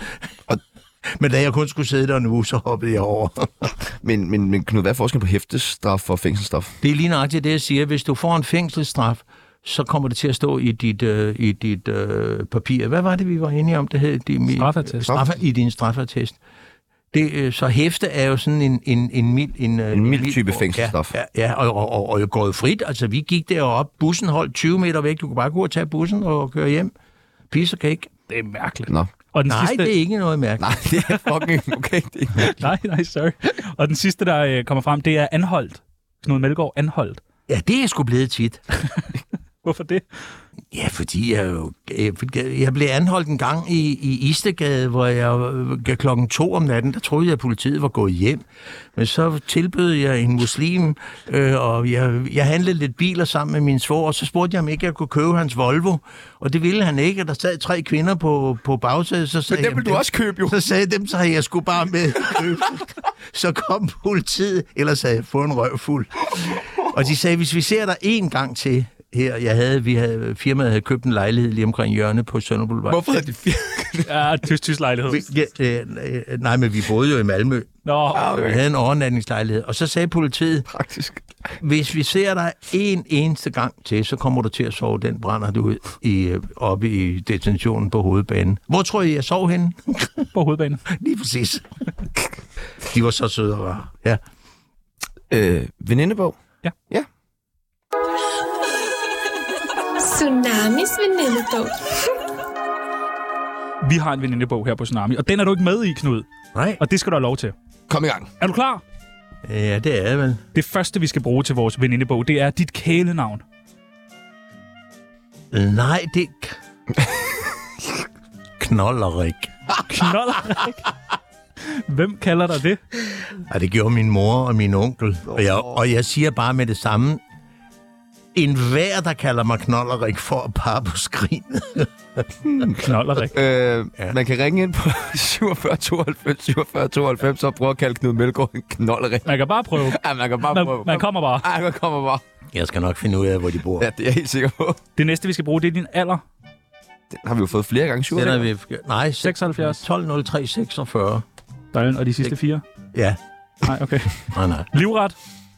Speaker 4: Men da jeg kun skulle sidde der nu, så hoppede jeg over.
Speaker 1: men Knud, hvad er forskellen på hæftestraf og fængselsstraf?
Speaker 4: Det er lige nøjagtigt det, jeg siger. Hvis du får en fængselsstraf, så kommer det til at stå i dit papir. Hvad var det, vi var enige om? Det hed
Speaker 2: strafattest.
Speaker 4: I din strafattest. Så hæfte er jo sådan en
Speaker 1: mild type fængselsstraf.
Speaker 4: Ja, og gået frit. Altså, vi gik derop, bussen holdt 20 meter væk. Du kunne bare gå og tage bussen og køre hjem. Piece og cake.
Speaker 2: Det er mærkeligt.
Speaker 1: Nå.
Speaker 2: Og
Speaker 4: nej, sidste... det er ikke noget mærkeligt.
Speaker 1: Nej, det er fucking okay. Det er
Speaker 2: nej, sorry. Og den sidste, der kommer frem, det er Anholdt. Knud Meldgaard Anholdt.
Speaker 3: Ja, det er sgu blevet tit.
Speaker 2: Hvorfor det?
Speaker 3: Ja, fordi jeg blev anholdt en gang i Istegade, hvor jeg klokken 2 om natten, der troede jeg, at politiet var gået hjem. Men så tilbød jeg en muslim, og jeg handlede lidt biler sammen med min svoger, og så spurgte jeg, om ikke jeg kunne købe hans Volvo. Og det ville han ikke, og der sad 3 kvinder på bagsædet. Så sagde
Speaker 1: Men det vil du også købe, jo.
Speaker 3: Så sagde dem, så jeg skulle bare med købe. Så kom politiet, ellers havde jeg fået en røvfuld. Og de sagde, hvis vi ser dig en gang til, her, firmaet havde købt en lejlighed lige omkring hjørnet på Sønderboulevard.
Speaker 1: Hvorfor havde de firmaet?
Speaker 2: Ja, tysk lejlighed.
Speaker 3: Nej, men vi boede jo i Malmø.
Speaker 2: Nå,
Speaker 3: okay. Vi havde en overnatningslejlighed. Og så sagde politiet,
Speaker 1: Praktisk.
Speaker 3: hvis vi ser dig en eneste gang til, så kommer du til at sove. Den brænder du ud oppe i detentionen på Hovedbanen. Hvor tror I, jeg sov henne?
Speaker 2: på Hovedbanen.
Speaker 3: Lige præcis. De var så søde og rare. Ja.
Speaker 1: Venindebog?
Speaker 2: Ja.
Speaker 7: Tsunamis venindebog.
Speaker 2: Vi har en venindebog her på Tsunami, og den er du ikke med i, Knud.
Speaker 3: Nej.
Speaker 2: Og det skal du have lov til.
Speaker 1: Kom i gang.
Speaker 2: Er du klar?
Speaker 3: Ja, det er jeg vel.
Speaker 2: Det første, vi skal bruge til vores venindebog, det er dit kælenavn.
Speaker 3: Nej, det... Knollerik.
Speaker 2: Knollerik. Hvem kalder dig det?
Speaker 3: Ja, det gjorde min mor og min onkel. Og jeg siger bare med det samme, en hver, der kalder mig Knollerik, for at parre på skrinet.
Speaker 2: Knollerik.
Speaker 1: Man kan ringe ind på 47 92 47 92 og prøve at kalde Knud Melgaard en knollerik.
Speaker 2: Man kan bare prøve.
Speaker 1: Ja, man kan bare prøve.
Speaker 2: Man kommer bare.
Speaker 1: Ja, man kommer bare.
Speaker 3: Jeg skal nok finde ud af, hvor de bor.
Speaker 1: Ja, det er jeg helt sikker på.
Speaker 2: Det næste, vi skal bruge, det er din alder.
Speaker 1: Den har vi jo fået flere gange.
Speaker 3: Den er vi... Nej,
Speaker 2: 76.
Speaker 3: 1203 46.
Speaker 2: Dejlen, og de sidste 4?
Speaker 3: Ja.
Speaker 2: Nej, okay.
Speaker 3: Nej.
Speaker 2: Livret.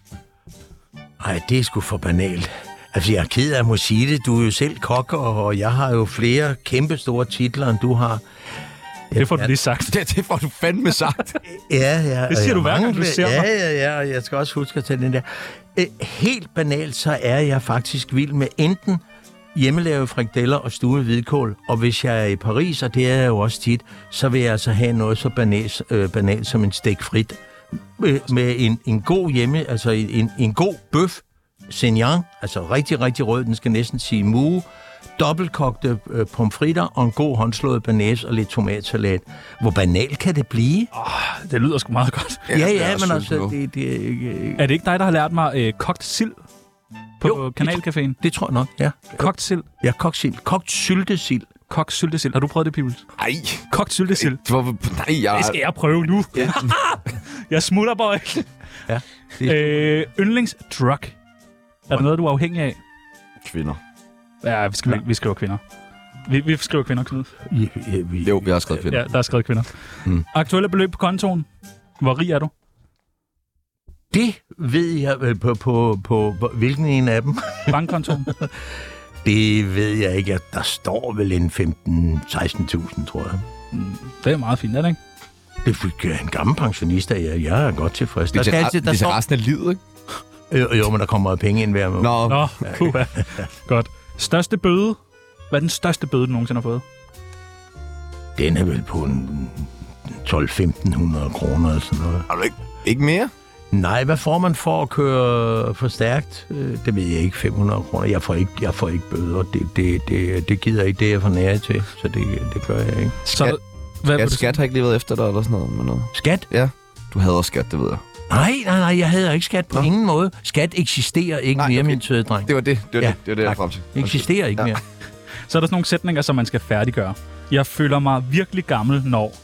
Speaker 3: Nej, det er sgu for banalt. Altså, jeg er ked af at må sige det. Du er jo selv kok, og jeg har jo flere kæmpe store titler, end du har.
Speaker 2: Det får du lige sagt.
Speaker 1: Det får du fandme sagt.
Speaker 3: Ja.
Speaker 2: Det siger du hver gang, du ser mig.
Speaker 3: Ja, jeg skal også huske at tage den der. Helt banalt, så er jeg faktisk vild med enten hjemmelavede frikadeller og stuvet hvidkål. Og hvis jeg er i Paris, og det er jeg jo også tit, så vil jeg altså have noget så banalt som en stek frit. Med en god altså en god bøf saignant, altså rigtig, rigtig rød, den skal næsten sige mue, dobbeltkogte pomfritter og en god håndslået banæs og lidt tomatsalat. Hvor banalt kan det blive?
Speaker 2: Det lyder sgu meget godt.
Speaker 3: Ja, men altså...
Speaker 2: Er det ikke dig, der har lært mig kogt sild på Kanalcaféen?
Speaker 3: Det tror jeg nok, ja.
Speaker 2: Kogt sild?
Speaker 3: Ja, kogt sild. Kogt syltesild.
Speaker 2: Kogt syltesild. Har du prøvet det, Pibels?
Speaker 1: Nej.
Speaker 2: Kogt syltesild.
Speaker 1: Nej,
Speaker 2: Det skal jeg prøve nu.
Speaker 1: Ja.
Speaker 2: Jeg smutter, boy.
Speaker 3: Ja.
Speaker 2: Yndlingsdrug. Er det noget, du er afhængig af?
Speaker 1: Kvinder.
Speaker 2: Ja, vi skriver kvinder. Vi skriver kvinder, Knud.
Speaker 1: Jo, vi har skrevet kvinder.
Speaker 2: Ja, der er skrevet kvinder. Aktuelle beløb på kontoen. Hvor rig er du?
Speaker 3: Det ved jeg på hvilken en af dem.
Speaker 2: Bankkontoen?
Speaker 3: Det ved jeg ikke. Der står vel en 15-16.000, tror jeg.
Speaker 2: Det er meget fint, er det ikke?
Speaker 3: Det fik en gammel pensionist af. Jeg er godt tilfreds.
Speaker 1: Det er resten af livet, ikke?
Speaker 3: Jo, men der kommer penge ind hver måned.
Speaker 2: Nå, puha. Godt. Største bøde? Hvad er den største bøde, du nogensinde har fået?
Speaker 3: Den er vel på en 1200-1500 kroner eller sådan noget.
Speaker 1: Har du ikke mere?
Speaker 3: Nej, hvad får man for at køre for stærkt? Det ved jeg ikke, 500 kroner. Jeg får ikke bøder. Det gider ikke, det jeg for nære til. Så det gør jeg ikke.
Speaker 1: Skat har ikke levet efter dig eller sådan noget? Med noget.
Speaker 3: Skat?
Speaker 1: Ja, du hader skat, det ved jeg.
Speaker 3: Nej, jeg hader ikke skat på ingen måde. Skat eksisterer ikke mere, min søde dreng.
Speaker 1: Det var det, jeg er frem til.
Speaker 3: Eksisterer ikke mere.
Speaker 2: Så er der sådan nogle sætninger, som man skal færdiggøre. Jeg føler mig virkelig gammel,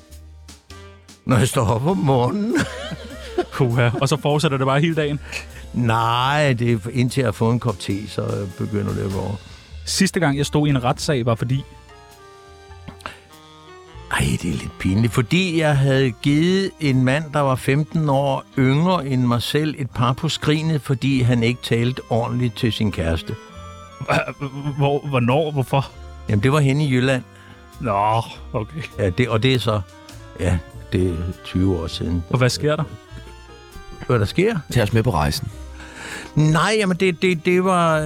Speaker 3: når jeg står op om morgenen.
Speaker 2: Puha. Og så fortsætter det bare hele dagen?
Speaker 3: Nej, det er indtil jeg har fået en kop te, så begynder det at gå over.
Speaker 2: Sidste gang, jeg stod i en retssag, var fordi...
Speaker 3: Ej, det er lidt pinligt. Fordi jeg havde givet en mand, der var 15 år yngre end mig selv, et par på skrinet, fordi han ikke talte ordentligt til sin kæreste.
Speaker 2: Hvornår? Hvorfor?
Speaker 3: Jamen, det var henne i Jylland.
Speaker 2: Nå, okay.
Speaker 3: Ja, det er så... Ja, det er 20 år siden.
Speaker 2: Og hvad sker der?
Speaker 3: Hvad der sker?
Speaker 1: Tag os med på rejsen.
Speaker 3: Nej, jamen det var...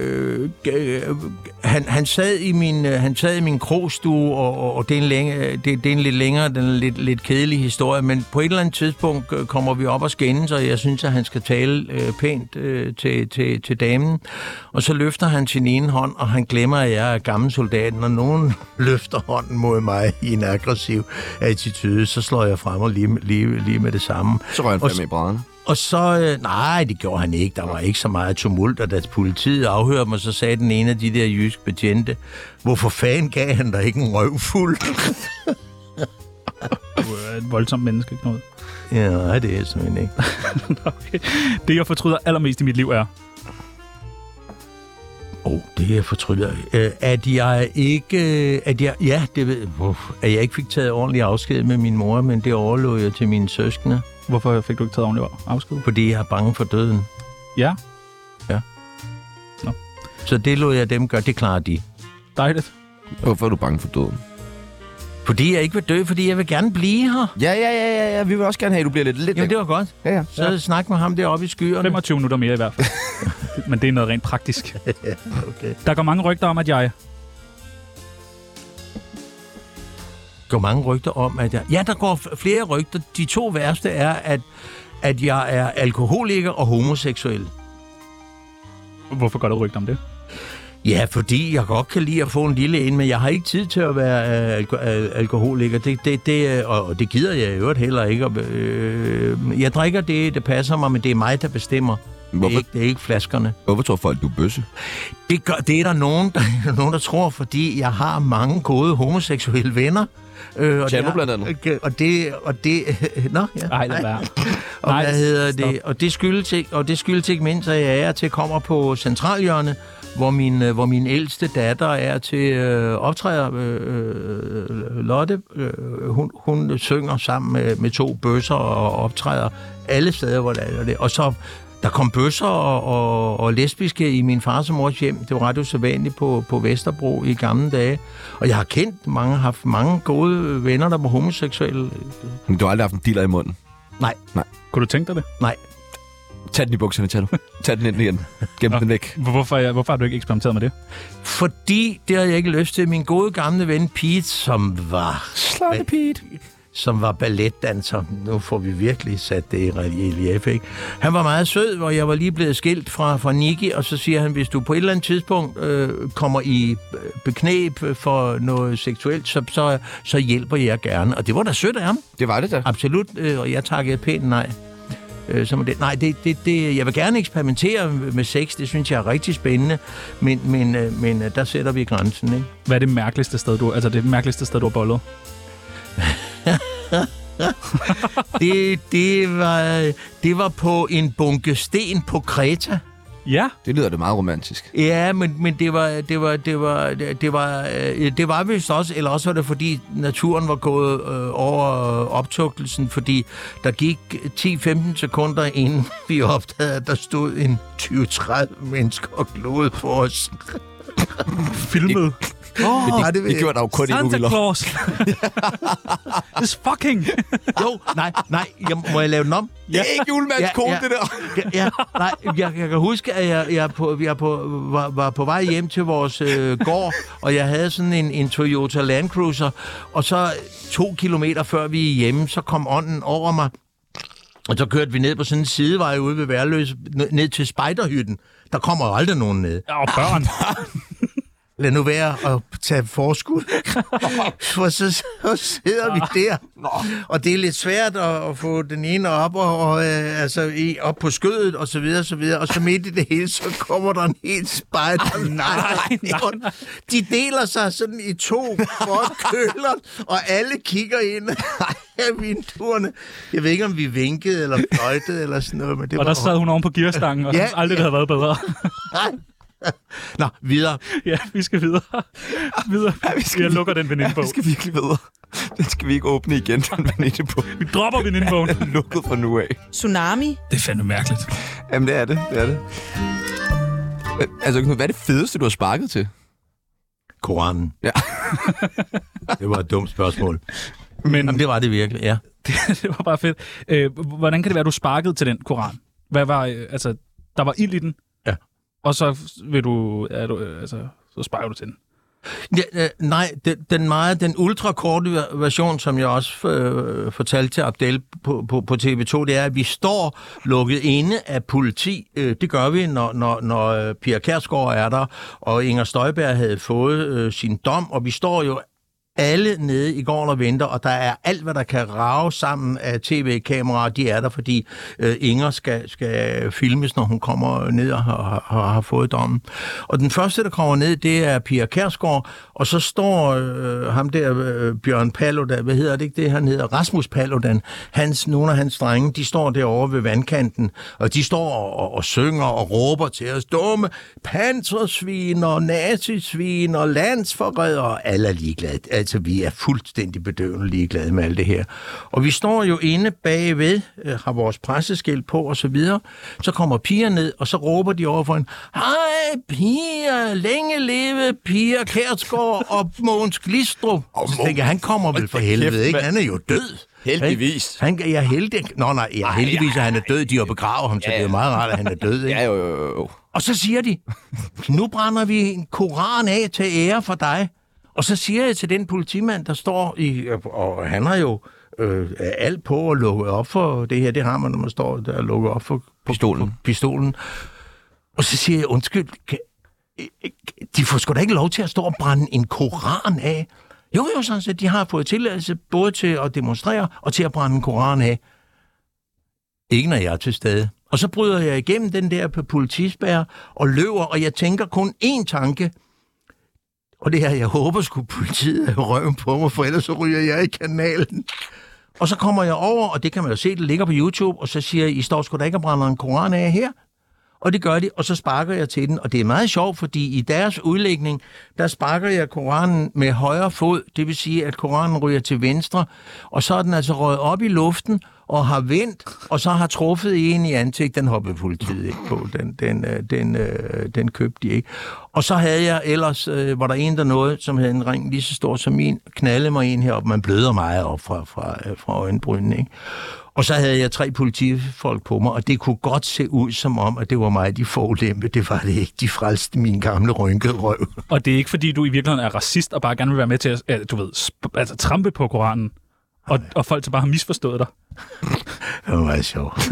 Speaker 3: Han sad i min krogstue, og det er en lidt længere, den er lidt kedelig historie, men på et eller andet tidspunkt kommer vi op og skændes, og jeg synes, at han skal tale pænt til damen. Og så løfter han sin ene hånd, og han glemmer, at jeg er gammel soldat. Når nogen løfter hånden mod mig i en aggressiv attitude, så slår jeg frem og lige med det samme.
Speaker 1: Så røg han frem i brædderne.
Speaker 3: Og så, nej, det gjorde han ikke. Der var ikke så meget tumult, og da politiet afhørte mig, så sagde den ene af de der jyske betjente, hvorfor fanden gav han der ikke en røvfuld?
Speaker 2: Du er et voldsomt menneske, Knud.
Speaker 3: Ja, nej, det er simpelthen ikke.
Speaker 2: Okay. Det, jeg fortryder allermest i mit liv er...
Speaker 3: Det jeg fortryder. At jeg ikke... Ja, det ved at jeg ikke fik taget ordentlig afsked med min mor, men det overlod jeg til mine søskende.
Speaker 2: Hvorfor fik du ikke taget ordentlig afsked?
Speaker 3: Fordi jeg er bange for døden.
Speaker 2: Ja?
Speaker 3: Ja.
Speaker 2: Nå.
Speaker 3: Så det lod jeg dem gøre. Det klarer de.
Speaker 2: Dejligt.
Speaker 1: Hvorfor er du bange for døden?
Speaker 3: Fordi jeg ikke vil dø, fordi jeg vil gerne blive her.
Speaker 1: Ja. Vi vil også gerne have, at du bliver lidt
Speaker 3: Jamen, det var godt.
Speaker 1: Ja.
Speaker 3: Så snak med ham deroppe i skyerne.
Speaker 2: 25 minutter mere i hvert fald. Men det er noget rent praktisk.
Speaker 3: Okay.
Speaker 2: Der går mange rygter om, at jeg...
Speaker 3: Der går flere rygter. De 2 værste er, at jeg er alkoholiker og homoseksuel.
Speaker 2: Hvorfor går der rygter om det?
Speaker 3: Ja, fordi jeg godt kan lide at få en lille en, men jeg har ikke tid til at være alkoholiker. Og det gider jeg i øvrigt heller ikke. Jeg drikker det passer mig, men det er mig, der bestemmer. Det er ikke flaskerne.
Speaker 1: Hvorfor tror folk, du er bøsse?
Speaker 3: Det er der nogen, der tror, fordi jeg har mange gode homoseksuelle venner.
Speaker 1: Tjerno blandt andet.
Speaker 3: Nå, ja.
Speaker 2: Ej, lad være.
Speaker 3: Og hvad hedder det? Og det skyldes ikke mindst, at jeg er til kommer på Centralhjørnet, hvor min ældste datter er til optræder. Lotte, hun synger sammen med 2 bøsser og optræder alle steder, hvor der er det. Og så der kom bøsser og lesbiske i min fars og mors hjem. Det var ret usædvanligt på Vesterbro i gamle dage. Og jeg har haft mange gode venner, der var homoseksuelle.
Speaker 1: Men du har aldrig haft en diller i munden?
Speaker 3: Nej.
Speaker 2: Kunne du tænke dig det?
Speaker 3: Nej.
Speaker 1: Tag den i bukserne, Tjerno. Tag den ind igen. Gem den væk.
Speaker 2: Hvorfor har du ikke eksperimenteret med det?
Speaker 3: Fordi det har jeg ikke lyst til. Min gode gamle ven Pete, som var balletdanser. Nu får vi virkelig sat det i relief, ikke? Han var meget sød, hvor jeg var lige blevet skilt fra Nicky, og så siger han, hvis du på et eller andet tidspunkt kommer i beknæb for noget seksuelt, så hjælper jeg gerne. Og det var da sødt af ham. Det var det da. Absolut, og jeg takkede pænt nej. Jeg vil gerne eksperimentere med sex, det synes jeg er rigtig spændende, men der sætter vi grænsen, ikke?
Speaker 2: Hvad er det mærkeligste sted, du har bollet?
Speaker 3: det var på en bunke sten på Kreta.
Speaker 2: Ja.
Speaker 1: Det lyder det meget romantisk.
Speaker 3: Ja, men det var vist også, eller også var det fordi naturen var gået over optugtelsen, fordi der gik 10-15 sekunder inden vi opdagede, at der stod en 20-30 mennesker og glodede på os.
Speaker 2: Filmet.
Speaker 1: Det gjorde der jo kun
Speaker 2: Santa Claus. This fucking.
Speaker 3: Jo, nej. Må jeg lave den om?
Speaker 1: Det er ikke julemandskone, det der.
Speaker 3: Jeg kan huske, at jeg var på vej hjem til vores gård, og jeg havde sådan en Toyota Land Cruiser, og så 2 kilometer før vi er hjemme, så kom ånden over mig, og så kørte vi ned på sådan en sidevej ude ved Værløse, ned til spejderhytten. Der kommer jo aldrig nogen ned.
Speaker 2: Ja, børn.
Speaker 3: Lad nu være at tage forskud. For så sidder vi der. Og det er lidt svært at få den ene op op på skødet og så videre, så videre. Og så midt i det hele, så kommer der en helt spejder. Nej. De deler sig sådan i 2 køler, og alle kigger ind af vinduerne. Jeg ved ikke, om vi vinkede eller fløjtede eller sådan noget. Men det
Speaker 2: og der sad hun oven på gearstangen, og synes aldrig, det havde været bedre.
Speaker 3: Nej. Nå, videre.
Speaker 2: Ja, vi skal videre. Jeg lukker den venindebog.
Speaker 1: Ja, vi skal virkelig videre. Den skal vi ikke åbne igen, den venindebog.
Speaker 2: Vi dropper venindebogen.
Speaker 1: Den er lukket fra nu af.
Speaker 7: Tsunami.
Speaker 2: Det er fandme mærkeligt.
Speaker 1: Jamen, det er det. Altså, hvad er det fedeste, du har sparket til?
Speaker 3: Koranen.
Speaker 1: Ja.
Speaker 3: Det var et dumt spørgsmål.
Speaker 2: Men
Speaker 3: jamen, det var det virkelig, ja.
Speaker 2: Det var bare fedt. Hvordan kan det være, at du sparkede til den koran? Hvad var, Der var ild i den?
Speaker 3: Ja.
Speaker 2: Og så så sparker du til den?
Speaker 3: Ja, nej, den ultrakorte version, som jeg også fortalte til Abdel på TV2, det er, at vi står lukket inde af politi. Det gør vi, når Pia Kjærsgaard er der, og Inger Støjberg havde fået sin dom, og vi står jo alle nede i gården og venter, og der er alt, hvad der kan rage sammen af tv-kameraer, de er der, fordi Inger skal filmes, når hun kommer ned og har fået dommen. Og den første, der kommer ned, det er Pia Kjærsgaard, og så står ham der, Bjørn Paludan, hvad hedder det ikke det, han hedder? Rasmus Paludan. Nogle af hans drenge, de står derovre ved vandkanten, og de står og synger og råber til os, dumme pansersvin og nazisvin og landsforrædere, alle er ligeglade. Altså, vi er fuldstændig bedøvende ligeglade med alt det her. Og vi står jo inde bagved, har vores presseskilt på og så videre. Så kommer Pia ned, og så råber de over for en, hej Pia, længe leve Pia Kjærsgaard og Mogens Glistrup. Så tænker jeg, han kommer vel for helvede, ikke? Han er jo død.
Speaker 1: Heldigvis.
Speaker 3: Jeg er heldig. Heldigvis at han er død. De har begravet ham, så det er jo meget rart, at han er død, ikke?
Speaker 1: Ja, jo.
Speaker 3: Og så siger de, nu brænder vi en koran af til ære for dig. Og så siger jeg til den politimand, der står og han har jo alt på at lukke op for det her. Det har man, når man står der og lukker op for pistolen. Og så siger jeg, undskyld, de får sgu da ikke lov til at stå og brænde en koran af. Jo, sådan set, de har fået tilladelse både til at demonstrere og til at brænde en koran af. Ikke når jeg er til stede. Og så bryder jeg igennem den der politispærre og løber, og jeg tænker kun én tanke. Og det her, jeg håber sgu politiet er røven på mig, for ellers så ryger jeg i kanalen. Og så kommer jeg over, og det kan man jo se, det ligger på YouTube, og så siger jeg, I står sgu da ikke og brænder en koran af her? Og det gør de, og så sparker jeg til den. Og det er meget sjovt, fordi i deres udlægning, der sparker jeg koranen med højre fod. Det vil sige, at koranen ryger til venstre, og så er den altså røget op i luften, og har vendt, og så har truffet en i ansigt. Den hoppede politiet ikke på. Den købte de ikke. Og så havde jeg ellers, var der en der noget, som havde en ring lige så stor som min, knaldede mig en heroppe. Man bløder meget op fra øjenbrynen, ikke? Og så havde jeg 3 politifolk på mig, og det kunne godt se ud som om, at det var mig, de forulempe. Det var det ikke. De frelste min gamle rynkede røv.
Speaker 2: Og det er ikke, fordi du i virkeligheden er racist og bare gerne vil være med til at, trampe på Koranen, og folk så bare har misforstået dig.
Speaker 3: Det var meget sjovt.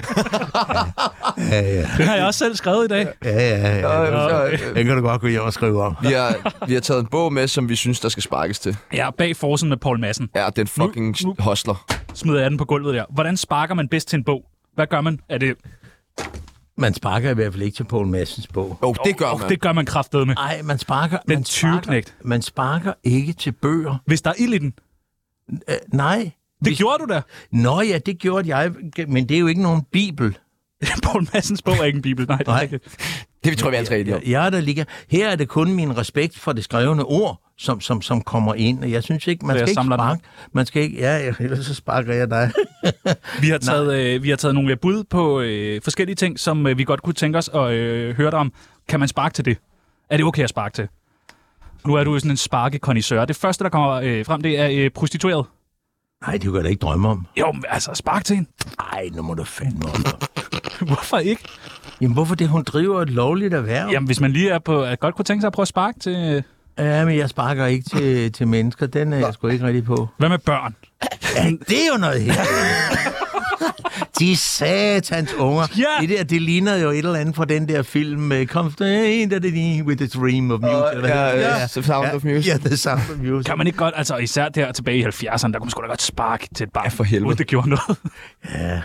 Speaker 3: Ja.
Speaker 2: Det har jeg også selv skrevet i dag.
Speaker 3: Ja. Det kan du godt gå hjem og skrive om.
Speaker 1: Vi har taget en bog med, som vi synes, der skal sparkes til.
Speaker 2: Ja, bag forsen med Poul Madsen.
Speaker 1: Ja, den fucking hostler.
Speaker 2: Smider jeg den på gulvet der. Hvordan sparker man bedst til en bog? Hvad gør man? Er det...
Speaker 3: Man sparker i hvert fald ikke til Poul Madsens bog.
Speaker 1: Det gør man.
Speaker 2: Det gør man kraftedeme.
Speaker 3: Nej, man sparker... Man sparker ikke til bøger.
Speaker 2: Hvis der er ild i den?
Speaker 3: Nej.
Speaker 2: Det gjorde du da?
Speaker 3: Nå ja, det gjorde jeg, men det er jo ikke nogen bibel.
Speaker 2: Poul Madsens bog er ikke en bibel, nej.
Speaker 1: Det tror vi er tre.
Speaker 3: Ja, der ligger. Her er det kun min respekt for det skrevne ord, som kommer ind, og jeg synes ikke, man skal ikke sparke. Man skal ikke, ellers så sparker jeg dig.
Speaker 2: Vi har taget nogle bud på forskellige ting, som vi godt kunne tænke os at høre dig om. Kan man sparke til det? Er det okay at sparke til? Nu er du jo sådan en sparkekondisør. Det første, der kommer frem, det er prostitueret.
Speaker 3: Nej, det kan jeg da ikke drømme om.
Speaker 2: Jo, altså spark til hende.
Speaker 3: Nej, nu må du fandme om.
Speaker 2: Hvorfor ikke?
Speaker 3: Jamen, hvorfor det? Hun driver et lovligt erhverv.
Speaker 2: Jamen, hvis man lige er på... godt kunne tænke sig at prøve at sparke til...
Speaker 3: Ja, men jeg sparker ikke til mennesker. Den er jeg sgu ikke rigtig på.
Speaker 2: Hvad med børn?
Speaker 3: Ja, det er jo noget her. De satans unger. Ja. Det ligner jo et eller andet fra den der film Come with the Dream of Music.
Speaker 1: The Sound of Music.
Speaker 3: Ja, The Sound of Music.
Speaker 2: Kan man ikke godt, altså især der tilbage i 70'erne, der kunne man sgu da godt sparke til et barn.
Speaker 1: Ja, for helvede.
Speaker 2: Det gjorde noget.
Speaker 3: Ja.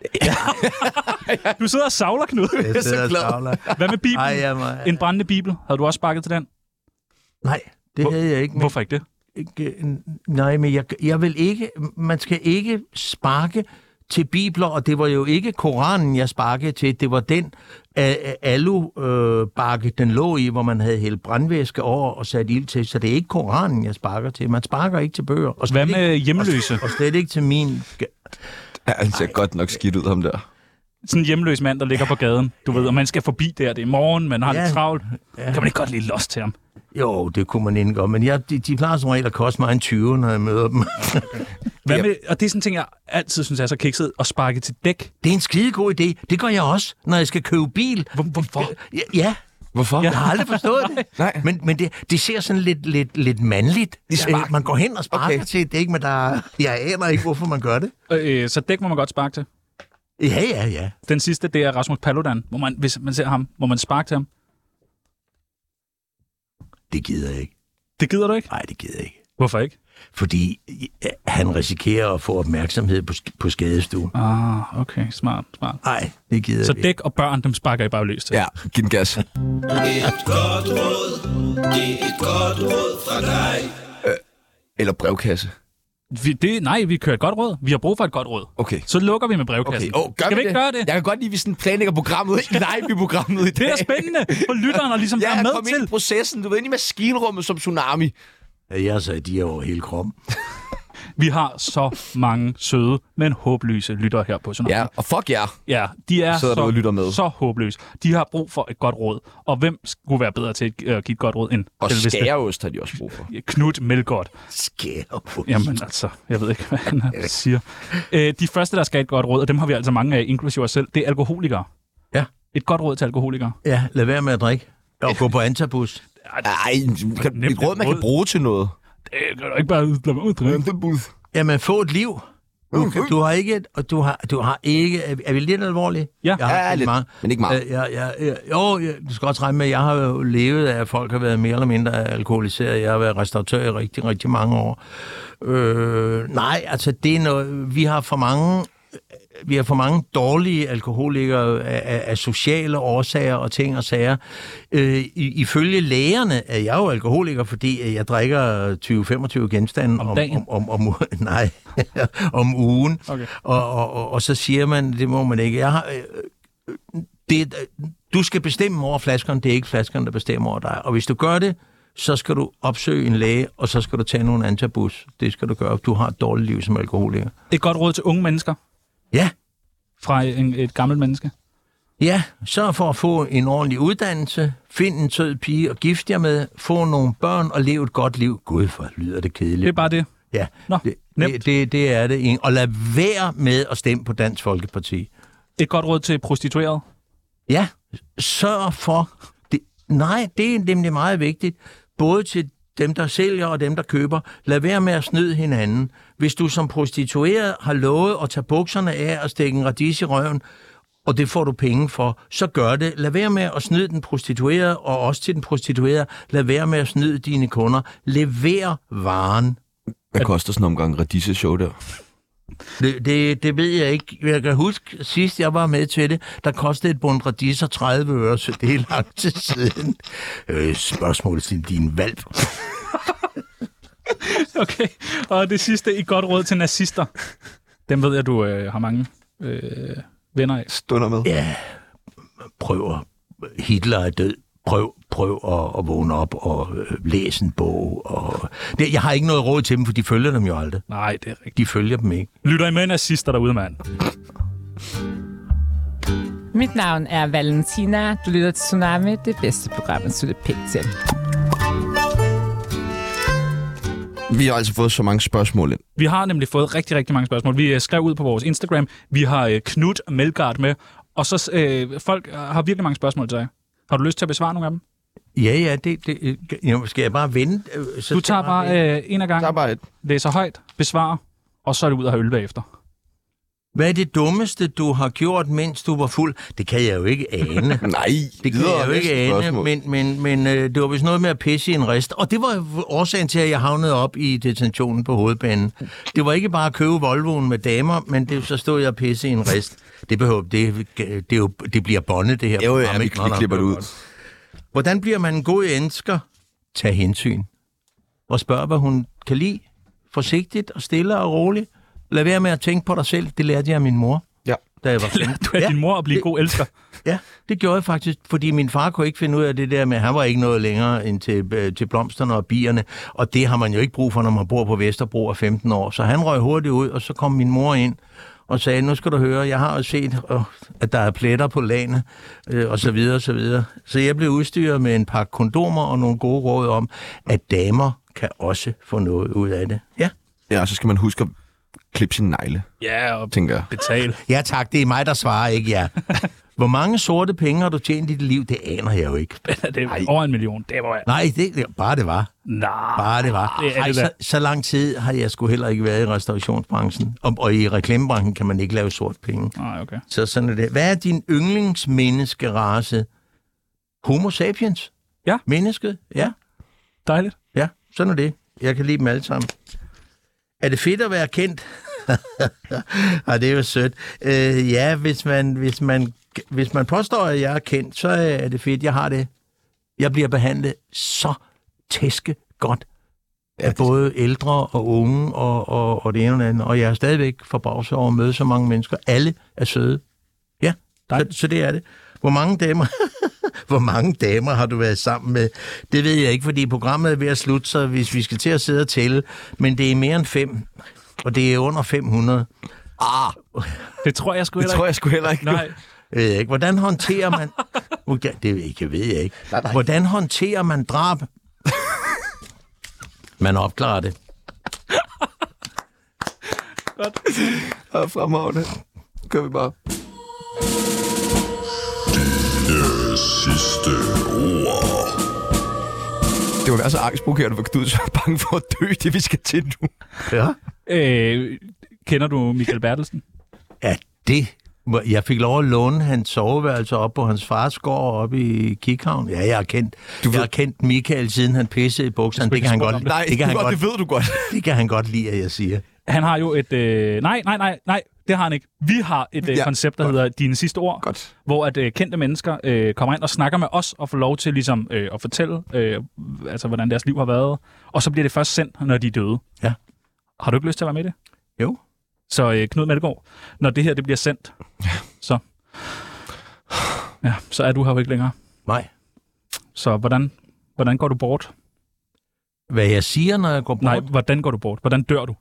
Speaker 2: Du sidder og savler, Knud.
Speaker 3: Jeg sidder og savler.
Speaker 2: Hvad med Bibelen? En brændende Bibel. Havde du også sparket til den?
Speaker 3: Nej, det havde jeg ikke.
Speaker 2: Hvorfor ikke det?
Speaker 3: Nej, men jeg vil ikke... Man skal ikke sparke til bibler, og det var jo ikke Koranen, jeg sparkede til. Det var den alubakke, den lå i, hvor man havde hældt brandvæske over og sat ild til. Så det er ikke Koranen, jeg sparker til. Man sparker ikke til bøger. Og
Speaker 2: hvad med hjemløse?
Speaker 3: Og slet ikke til min...
Speaker 1: Ja, han ser godt nok skidt ud, ham der.
Speaker 2: Sådan en hjemløs mand, der ligger på gaden, du ved, og man skal forbi der. Det er morgen, man har lidt travlt. Ja. Kan man ikke godt lige lost til ham?
Speaker 3: Jo, det kunne man ikke godt, men de plejer som regel at koste mig en 20, når jeg møder dem.
Speaker 2: Og det er sådan en ting, jeg altid synes er så kikset, at sparke til dæk.
Speaker 3: Det er en skidegod idé. Det gør jeg også, når jeg skal købe bil.
Speaker 2: Hvorfor?
Speaker 3: Ja.
Speaker 1: Hvorfor?
Speaker 3: Jeg har aldrig forstået det.
Speaker 1: Nej.
Speaker 3: Men det ser sådan lidt mandligt. Man går hen og sparker til det, ikke? Men jeg aner ikke, hvorfor man gør det.
Speaker 2: Så dæk må man godt sparke til?
Speaker 3: Ja.
Speaker 2: Den sidste, det er Rasmus Paludan. Hvis man ser ham, må man sparke til ham?
Speaker 3: Det gider jeg ikke.
Speaker 2: Det gider du ikke?
Speaker 3: Nej, det gider jeg ikke.
Speaker 2: Hvorfor ikke?
Speaker 3: Fordi han risikerer at få opmærksomhed på skadestuen.
Speaker 2: Okay. Smart.
Speaker 3: Nej, det gider
Speaker 2: Så
Speaker 3: jeg ikke.
Speaker 2: dæk og børn, dem sparker I bare løs til?
Speaker 1: Ja, giv den gas.
Speaker 7: Et godt råd fra dig.
Speaker 1: Eller brevkasse.
Speaker 2: Vi kører et godt råd. Vi har brug for et godt råd.
Speaker 1: Okay.
Speaker 2: Så lukker vi med brevkassen.
Speaker 1: Okay.
Speaker 2: Skal vi ikke gøre det?
Speaker 1: Jeg kan godt lide, at vi sådan planlægger programmet live i programmet i dag.
Speaker 2: Det er spændende for lytteren at ligesom være med
Speaker 1: komme
Speaker 2: til.
Speaker 1: ind i processen. Du ved, ind i maskinrummet som Tsunami.
Speaker 3: Jeg sagde, de er over hele kroppen.
Speaker 2: Vi har så mange søde, men håbløse lyttere her på Tsunami.
Speaker 1: Ja, og fuck jer.
Speaker 2: Ja, de er
Speaker 1: Sidder du og lytter med.
Speaker 2: så håbløse. De har brug for et godt råd. Og hvem skulle være bedre til at give et godt råd end
Speaker 1: Og
Speaker 2: selveste
Speaker 1: skæreost har de også brug for.
Speaker 2: Knud Melgaard.
Speaker 3: Skæreost.
Speaker 2: Jamen altså, jeg ved ikke, hvad han siger. De første, der skal have et godt råd, og dem har vi altså mange af, inklusive os selv, det er alkoholikere.
Speaker 3: Ja.
Speaker 2: Et godt råd til alkoholikere.
Speaker 3: Ja, lad være med at drikke. Og gå på antabus.
Speaker 1: Ej, et råd, man kan bruge til noget.
Speaker 2: Det kan du ikke bare lade mig udtrykke.
Speaker 3: Jamen, få et liv. Du har ikke... Du har ikke... Er vi lidt alvorlige?
Speaker 2: Ja.
Speaker 3: Jeg har
Speaker 1: lidt, men ikke meget.
Speaker 3: Du skal også regne med, at jeg har jo levet af, at folk har været mere eller mindre alkoholiseret. Jeg har været restauratør i rigtig, rigtig mange år. Nej, altså det er noget... Vi har for mange dårlige alkoholikere af sociale årsager og ting og sager. Ifølge lægerne er jeg jo alkoholiker, fordi jeg drikker 20-25 genstande
Speaker 2: om dagen.
Speaker 3: Om ugen.
Speaker 2: Okay.
Speaker 3: Og så siger man, det må man ikke. Du skal bestemme over flaskerne, det er ikke flaskerne, der bestemmer over dig. Og hvis du gør det, så skal du opsøge en læge, og så skal du tage nogle antabus. Det skal du gøre, du har et dårligt liv som alkoholiker.
Speaker 2: Et godt råd til unge mennesker.
Speaker 3: Ja.
Speaker 2: Fra et gammelt menneske.
Speaker 3: Ja, sørg for at få en ordentlig uddannelse, find en sød pige og gift jer med, få nogle børn og leve et godt liv. Gud, hvor lyder det kedeligt.
Speaker 2: Det er bare det.
Speaker 3: Ja,
Speaker 2: Nå, nemt.
Speaker 3: Det er det. Og lad være med at stemme på Dansk Folkeparti.
Speaker 2: Et godt råd til prostituerede.
Speaker 3: Ja, sørg for... det er nemlig meget vigtigt. Både til dem, der sælger og dem, der køber. Lad være med at snyde hinanden. Hvis du som prostitueret har lovet at tage bukserne af og stikke en radis i røven, og det får du penge for, så gør det. Lad være med at snyde den prostituerede, og også til den prostituerede. Lad være med at snyde dine kunder. Lever varen.
Speaker 1: Hvad koster sådan en omgang radise-show der?
Speaker 3: Det ved jeg ikke. Jeg kan huske, sidst jeg var med til det, der kostede et bund radiser 30 øre, så det er lang tid siden. Spørgsmålet til din valp.
Speaker 2: Okay, og det sidste, et godt råd til nazister. Dem ved jeg, du har mange venner af.
Speaker 1: Stunder med.
Speaker 3: Ja, prøv. Hitler er død. Prøv at vågne op og læse en bog. Jeg har ikke noget råd til dem, for de følger dem jo aldrig.
Speaker 2: Nej, det er rigtigt.
Speaker 3: De følger dem ikke.
Speaker 2: Lytter I med nazister derude, mand?
Speaker 8: Mit navn er Valentina. Du lytter til Tsunami, det bedste program, at slutte pænt til.
Speaker 1: Vi har altså fået så mange spørgsmål ind.
Speaker 2: Vi har nemlig fået rigtig, rigtig mange spørgsmål. Vi skrev ud på vores Instagram. Vi har Knud Melgaard med. Og så folk har virkelig mange spørgsmål til dig. Har du lyst til at besvare nogle af dem?
Speaker 3: Ja, skal jeg bare vente?
Speaker 2: Du tager bare en af gangen, læser højt, besvarer, og så er det ud at have øl bagefter.
Speaker 3: Hvad er det dummeste, du har gjort, mens du var fuld? Det kan jeg jo ikke ane.
Speaker 1: Nej,
Speaker 3: det kan jeg jo ikke ane, men det var vist noget med at pisse i en rist. Og det var årsagen til, at jeg havnede op i detentionen på Hovedbanen. Det var ikke bare at købe Volvoen med damer, men så stod jeg og pisse i en rist. Det bliver bondet, det her.
Speaker 1: Jo, ja, vi klipper det ud.
Speaker 3: Hvordan bliver man en god elsker? Tag hensyn. Og spørg, hvad hun kan lide. Forsigtigt og stille og roligt. Lad være med at tænke på dig selv. Det lærte jeg af min mor.
Speaker 1: Ja.
Speaker 3: Da jeg var
Speaker 2: du af din mor at blive god elsker?
Speaker 3: Ja, det gjorde jeg faktisk, fordi min far kunne ikke finde ud af det der med, at han var ikke noget længere end til blomsterne og bierne, og det har man jo ikke brug for, når man bor på Vesterbro af 15 år. Så han røg hurtigt ud, og så kom min mor ind og sagde, nu skal du høre, jeg har jo set, at der er pletter på lagene, og så videre, og så videre. Så jeg blev udstyret med en pakke kondomer og nogle gode råd om, at damer kan også få noget ud af det. Ja.
Speaker 1: Ja, så skal man huske at klippe sin negle,
Speaker 2: og
Speaker 1: tænker jeg.
Speaker 2: betale.
Speaker 3: Ja tak, det er mig, der svarer, ikke ja. Hvor mange sorte penge har du tjent i dit liv? Det aner jeg jo ikke.
Speaker 2: Det er over 1 million. Det var jeg.
Speaker 3: Nej, bare det var.
Speaker 2: Nej.
Speaker 3: Bare det var.
Speaker 2: Det er
Speaker 3: Ej,
Speaker 2: det
Speaker 3: så lang tid har jeg sgu heller ikke været i restaurationsbranchen. Og i reklamebranchen kan man ikke lave sort penge.
Speaker 2: Nej, okay.
Speaker 3: Så sådan er det. Hvad er din yndlingsmenneskerace? Homo sapiens?
Speaker 2: Ja.
Speaker 3: Mennesket? Ja.
Speaker 2: Dejligt.
Speaker 3: Ja, sådan er det. Jeg kan lide dem alle sammen. Er det fedt at være kendt? Ej, det er jo sødt. Ja, hvis man påstår, at jeg er kendt, så er det fedt. Jeg har det. Jeg bliver behandlet så tæske godt af både ældre og unge og det ene og det andet. Og jeg er stadigvæk forbavset over at møde så mange mennesker. Alle er søde. Ja, så det er det. Hvor mange damer har du været sammen med? Det ved jeg ikke, fordi programmet er ved at slutte, så hvis vi skal til at sidde og tælle. Men det er mere end 5, og det er under 500.
Speaker 2: Det tror jeg sgu
Speaker 1: heller ikke.
Speaker 2: Nej.
Speaker 3: Jeg ved ikke. Hvordan håndterer man... Det ved jeg ikke. Hvordan håndterer man drab? Man opklarer det.
Speaker 2: Godt.
Speaker 1: Og fremragende. Gør vi bare.
Speaker 7: Sidste ord.
Speaker 1: Det må være så angstprovokerende, for du er så bange for at dø, det vi skal til nu.
Speaker 3: Ja.
Speaker 2: Kender du Michael Bertelsen?
Speaker 3: Ja, det... Jeg fik lov at låne hans soveværelse op på hans fars gård oppe i Kikhavn. Ja, jeg har kendt Michael, siden han pissede i bukserne. Det kan han godt.
Speaker 1: Nej, det ved du godt.
Speaker 3: Det kan han godt lide, at jeg siger.
Speaker 2: Han har jo et... Nej, det har han ikke. Vi har et koncept, der hedder Dine Sidste Ord,
Speaker 1: godt.
Speaker 2: Hvor at kendte mennesker kommer ind og snakker med os og får lov til ligesom at fortælle, hvordan deres liv har været. Og så bliver det først sendt, når de er døde.
Speaker 3: Ja.
Speaker 2: Har du ikke lyst til at være med i det?
Speaker 3: Jo.
Speaker 2: Så Knud Melgaard, når det her det bliver sendt, så er du her jo ikke længere.
Speaker 3: Nej.
Speaker 2: Så hvordan går du bort?
Speaker 3: Hvad jeg siger, når jeg går bort?
Speaker 2: Nej, hvordan går du bort? Hvordan dør du?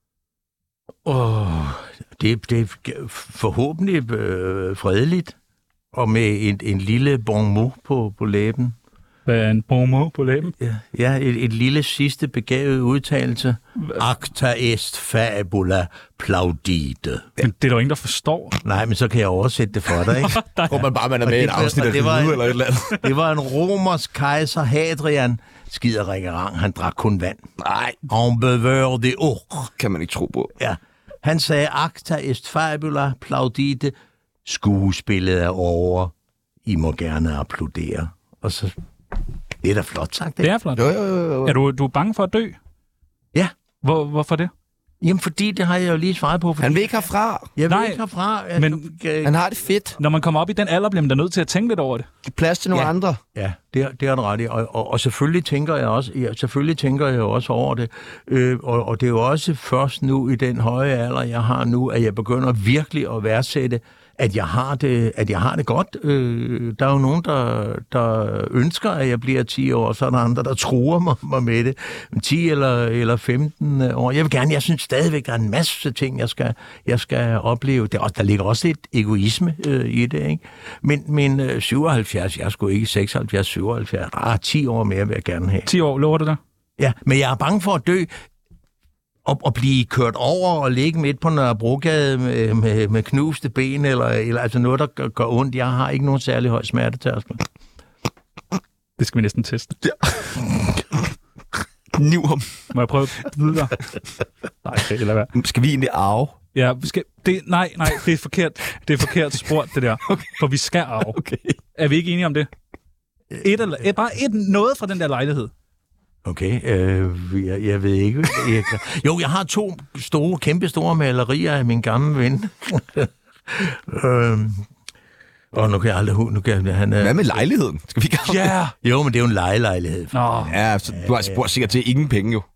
Speaker 3: Det er forhåbentlig fredeligt, og med en lille bon mot på læben.
Speaker 2: Hvad er en bon mot på læben?
Speaker 3: Ja, et lille sidste begavet udtalelse. Acta est fabula plaudite.
Speaker 2: Men det er der jo ingen, der forstår.
Speaker 3: Nej, men så kan jeg oversætte det for dig, ikke?
Speaker 1: Man er med i et afsnit af eller et eller andet.
Speaker 3: Det var en romersk kejser, Hadrian. Skider Ringerang, han drak kun vand.
Speaker 1: Nej.
Speaker 3: En buveur de eau.
Speaker 1: Kan man ikke tro på.
Speaker 3: Ja. Han sagde, acta est fabula plaudite. Skuespillet er over. I må gerne applaudere. Og så... Det er da flot sagt, det.
Speaker 2: Det er flot.
Speaker 1: Jo.
Speaker 2: Er du bange for at dø?
Speaker 3: Ja.
Speaker 2: Hvorfor det?
Speaker 3: Jamen, fordi det har jeg jo lige svaret på.
Speaker 1: Han vil ikke herfra.
Speaker 3: Jeg vil ikke herfra.
Speaker 2: Men
Speaker 1: han har det fedt.
Speaker 2: Når man kommer op i den alder, bliver man da nødt til at tænke lidt over det.
Speaker 1: Giv plads til nogle andre.
Speaker 3: Ja, det er du ret i. Og selvfølgelig tænker jeg også over det. Og det er jo også først nu i den høje alder, jeg har nu, at jeg begynder virkelig at værdsætte, at jeg har det godt. Der er jo nogen, der ønsker, at jeg bliver 10 år, og så er der andre, der truer mig med det. 10 eller 15 år. Jeg synes stadigvæk, der er en masse ting, jeg skal opleve. Der ligger også lidt egoisme i det, ikke? Men 77, jeg skulle ikke 76, 77. 10 år mere vil jeg gerne have.
Speaker 2: 10 år, lover du det?
Speaker 3: Ja, men jeg er bange for at dø. Og blive kørt over og ligge midt på Nørrebrogade med knuste ben, eller altså noget, der gør ondt. Jeg har ikke nogen særlig høj smertetærskel.
Speaker 2: Det skal vi næsten teste.
Speaker 1: Ja. Niv ham.
Speaker 2: Må jeg prøve at vide dig? Nej, det lad være.
Speaker 1: Skal vi egentlig arve?
Speaker 2: Ja, nej, det er forkert. Det er forkert spurgt, det der. Okay. For vi skal arve.
Speaker 1: Okay.
Speaker 2: Er vi ikke enige om det? Bare noget fra den der lejlighed.
Speaker 3: Okay, jeg ved ikke. Jeg har 2 kæmpe store malerier af min gamle ven. Og nu kan jeg aldrig...
Speaker 1: Hvad med lejligheden? Skal vi ikke have
Speaker 3: det? Jo, men det er jo en lejelejlighed.
Speaker 1: Ja, så du har spurgt sikkert til ingen penge jo.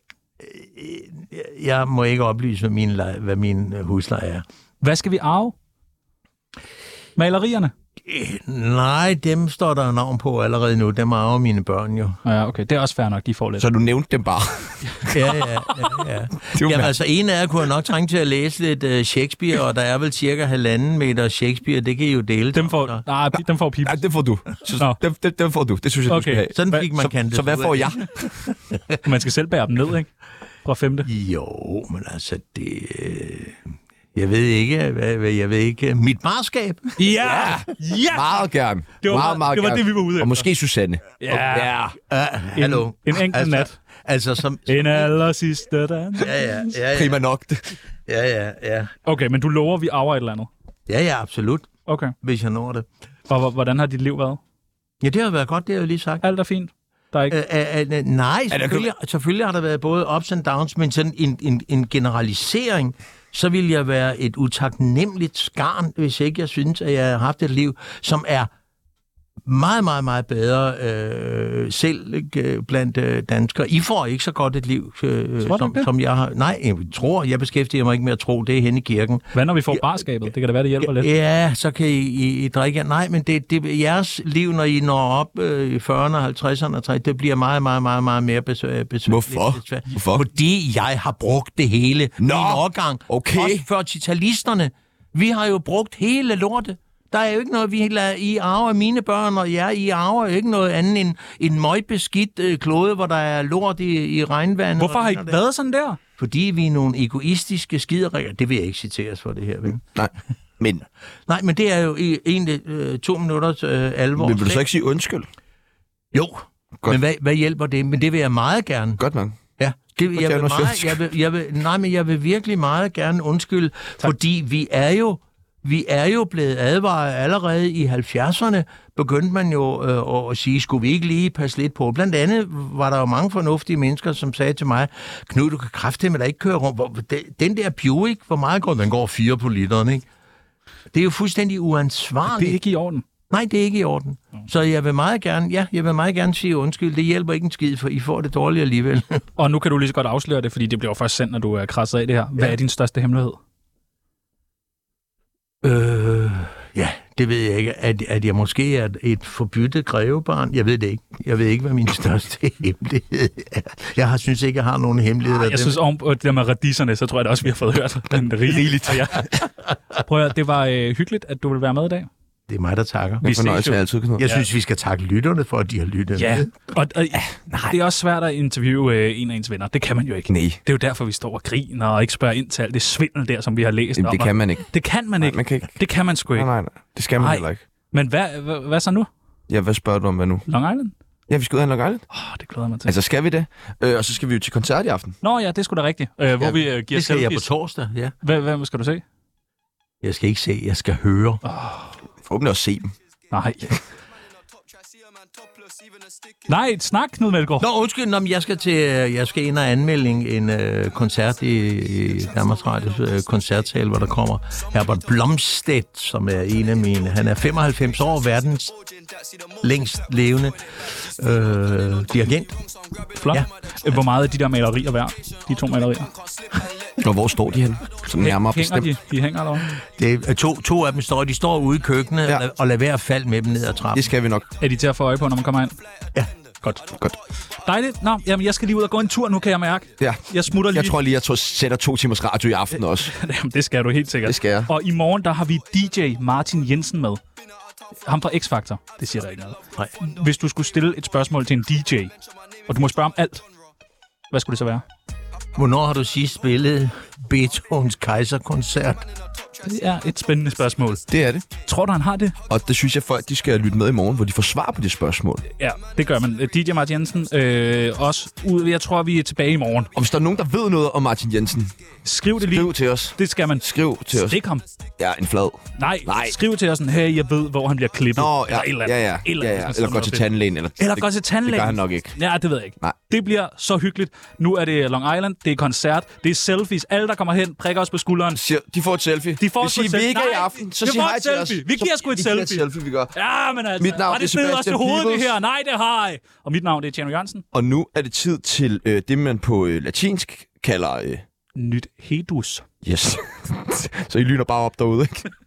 Speaker 3: Jeg må ikke oplyse, hvad min husleje er.
Speaker 2: Hvad skal vi arve? Malerierne?
Speaker 3: Nej, dem står der navn på allerede nu. Dem arver mine børn jo.
Speaker 2: Ja, okay. Det er også fair nok, de får lidt.
Speaker 1: Så du nævnte dem bare?
Speaker 3: Ja. Jamen, altså, en af jer kunne jeg nok trænge til at læse lidt Shakespeare, og der er vel cirka 1,5 meter Shakespeare. Det kan I jo dele.
Speaker 2: Dem får Pibes.
Speaker 1: Nej, dem får du. Dem får du. Det synes jeg, okay. Du skal have.
Speaker 3: Sådan fik man kan det.
Speaker 1: Så hvad får jeg?
Speaker 2: Man skal selv bære dem ned, ikke? fra 5.
Speaker 3: Jo, men altså, det... Jeg ved ikke. Mit marskab?
Speaker 2: Ja!
Speaker 1: Meget gerne.
Speaker 2: Det var,
Speaker 1: meget
Speaker 2: det, var
Speaker 1: gerne.
Speaker 2: det, vi var ude efter.
Speaker 1: Og måske Susanne.
Speaker 2: Ja.
Speaker 3: Hallo.
Speaker 2: En enkelt nat.
Speaker 3: Altså, som...
Speaker 2: En aller sidste dans.
Speaker 3: Ja.
Speaker 1: Prima nocte.
Speaker 3: Ja.
Speaker 2: Okay, men du lover, vi arver et eller andet.
Speaker 3: Ja, absolut.
Speaker 2: Okay.
Speaker 3: Hvis jeg når det.
Speaker 2: Og hvordan har dit liv været?
Speaker 3: Ja, det har været godt, det har jeg lige sagt.
Speaker 2: Alt er fint? Der er ikke...
Speaker 3: Nej, selvfølgelig har der været både ups and downs, men sådan en generalisering, så vil jeg være et utaknemmeligt skarn, hvis ikke jeg synes, at jeg har haft et liv, som er meget, meget, meget bedre selv blandt danskere. I får ikke så godt et liv, som jeg har. Nej, jeg beskæftiger mig ikke med at tro, det er henne i kirken.
Speaker 2: Hvad når vi får barskabet? Det kan da være, det hjælper lidt.
Speaker 3: Ja, så kan I drikke. Nej, men det jeres liv, når I når op i 40'erne og 50'erne, det bliver meget, meget, meget, meget mere besværligt.
Speaker 1: Hvorfor?
Speaker 3: Fordi jeg har brugt det hele i en årgang.
Speaker 1: Okay.
Speaker 3: Også før titalisterne. Vi har jo brugt hele lortet. Der er jo ikke noget, vi lader I arve af mine børn, og I arver jo ikke noget andet end en møgbeskidt klode, hvor der er lort i regnvandet.
Speaker 2: Hvorfor har I ikke været sådan der?
Speaker 3: Fordi vi er nogle egoistiske skiderikker. Det vil jeg ikke citeres for, det her, vel? Nej, men det er jo egentlig 2 minutters alvor.
Speaker 1: Men vil du så ikke sige undskyld?
Speaker 3: Jo,
Speaker 1: godt.
Speaker 3: Men hvad hjælper det? Men det vil jeg meget gerne.
Speaker 1: Godt nok.
Speaker 3: Ja, jeg vil virkelig meget gerne undskylde, fordi vi er jo blevet advaret allerede i 70'erne, begyndte man jo at sige, skulle vi ikke lige passe lidt på? Blandt andet var der jo mange fornuftige mennesker, som sagde til mig, Knud, du kan kraftedeme da ikke køre rundt. Den der Buick, hvor meget går den? går 4 på literen, ikke? Det er jo fuldstændig uansvarligt.
Speaker 2: Det er ikke i orden.
Speaker 3: Nej, det er ikke i orden. Så jeg vil meget gerne sige undskyld. Det hjælper ikke en skid, for I får det dårligt alligevel.
Speaker 2: Og nu kan du lige så godt afsløre det, fordi det bliver jo først sendt, når du er krasset af det her. Hvad er din største hemmelighed?
Speaker 3: Ja, det ved jeg ikke. At jeg måske er et forbyttet grevebarn. Jeg ved det ikke. Jeg ved ikke, hvad min største hemmelighed er. Jeg synes ikke, jeg har nogen hemmelighed.
Speaker 2: Jeg synes om det der med radiserne, så tror jeg da også, vi har fået hørt den rigeligt. Prøv at det var hyggeligt, at du vil være med i dag.
Speaker 3: Det er mig, der takker. Jeg synes, vi skal takke lytterne for, at de har lyttet.
Speaker 2: Ja, og det er også svært at interviewe en af ens venner. Det kan man jo ikke.
Speaker 1: Nej.
Speaker 2: Det er jo derfor, vi står og griner og ikke spørger ind til alt det svindel der, som vi har læst om.
Speaker 1: Det kan man ikke.
Speaker 2: Det kan man ikke.
Speaker 1: Man kan ikke.
Speaker 2: Det kan man sgu ikke.
Speaker 1: Nej. Det skal man heller ikke.
Speaker 2: Men hvad så nu?
Speaker 1: Ja, hvad spørger du om, hvad nu?
Speaker 2: Long Island?
Speaker 1: Ja, vi skal ud af Long Island.
Speaker 2: Det glæder mig til.
Speaker 1: Altså, skal vi det? Og så skal vi jo til koncert i aften.
Speaker 2: Nå ja, det er sgu da rigtigt. Hvor vi giver
Speaker 3: det skal jeg på torsdag, ja.
Speaker 2: Hvad skal du se?
Speaker 3: Jeg skal ikke se, jeg skal høre.
Speaker 1: Forhåbentlig også se dem.
Speaker 2: Nej, snak, Knud Melgaard.
Speaker 3: Nå, undskyld, jeg skal ind og anmelde en koncert i Danmarks Radios koncertsal, hvor der kommer Herbert Blomstedt, som er en af mine. Han er 95 år, verdens længst levende dirigent.
Speaker 2: Flot. Ja. Hvor meget er de der malerier værd? De 2 malerier?
Speaker 1: Og hvor står de hen? Som nærmere bestemt.
Speaker 2: De hænger der.
Speaker 3: Det er to af dem de står ude i køkkenet og lader være at falde med dem ned ad trappen.
Speaker 1: Det skal vi nok.
Speaker 2: Er de til at få øje på, når man kommer ind?
Speaker 3: Ja.
Speaker 2: Godt. Dejligt. Nå, jamen, jeg skal lige ud og gå en tur nu, kan jeg mærke.
Speaker 1: Ja.
Speaker 2: Jeg smutter lige.
Speaker 1: Jeg tror lige, jeg sætter 2 timers radio i aften også.
Speaker 2: Jamen, det skal du helt sikkert.
Speaker 1: Det skal jeg.
Speaker 2: Og i morgen, der har vi DJ Martin Jensen med. Ham fra X-Factor. Det siger der ikke noget.
Speaker 3: Nej.
Speaker 2: Hvis du skulle stille et spørgsmål til en DJ, og du må spørge om alt, hvad skulle det så være?
Speaker 3: Hvornår har du sidst spillet Beethovens Kejserkoncert?
Speaker 2: Det er et spændende spørgsmål.
Speaker 1: Det er det.
Speaker 2: Tror du, han har det?
Speaker 1: Og det synes jeg, folk de skal lytte med i morgen, hvor de får svar på det spørgsmål.
Speaker 2: Ja, det gør man. DJ Martin Jensen også ud. Jeg tror, vi er tilbage i morgen.
Speaker 1: Og hvis der er nogen, der ved noget om Martin Jensen,
Speaker 2: skriv det lige.
Speaker 1: Skriv til os.
Speaker 2: Det skal man.
Speaker 1: Skriv til os.
Speaker 2: Stik ham.
Speaker 1: Ja, en flad.
Speaker 2: Nej. Skriv til os sådan, hey, jeg ved, hvor han bliver klippet.
Speaker 1: Nå, ja.
Speaker 2: Eller
Speaker 1: Eller gå til tandlægen.
Speaker 2: Eller gå til tandlægen.
Speaker 1: Det gør han nok ikke.
Speaker 2: Ja, det ved jeg ikke.
Speaker 1: Nej.
Speaker 2: Det bliver så hyggeligt. Nu er det Long Island, det er koncert, det er selfies. Alle, der kommer hen, prikker os på skulderen.
Speaker 1: De får et selfie.
Speaker 2: De får et selfie.
Speaker 1: Vi ikke er i aften, så sig hej til os.
Speaker 2: Vi giver sgu et selfie.
Speaker 1: Vi gør.
Speaker 2: Ja, men altså.
Speaker 1: Mit navn
Speaker 2: det sidder også til hovedet, det her. Nej, det har jeg. Og mit navn, det er Tjerno Jørgensen.
Speaker 1: Og nu er det tid til det, man på latinsk kalder...
Speaker 2: Nyt hedus.
Speaker 1: Yes. Så I lyner bare op derude, ikke?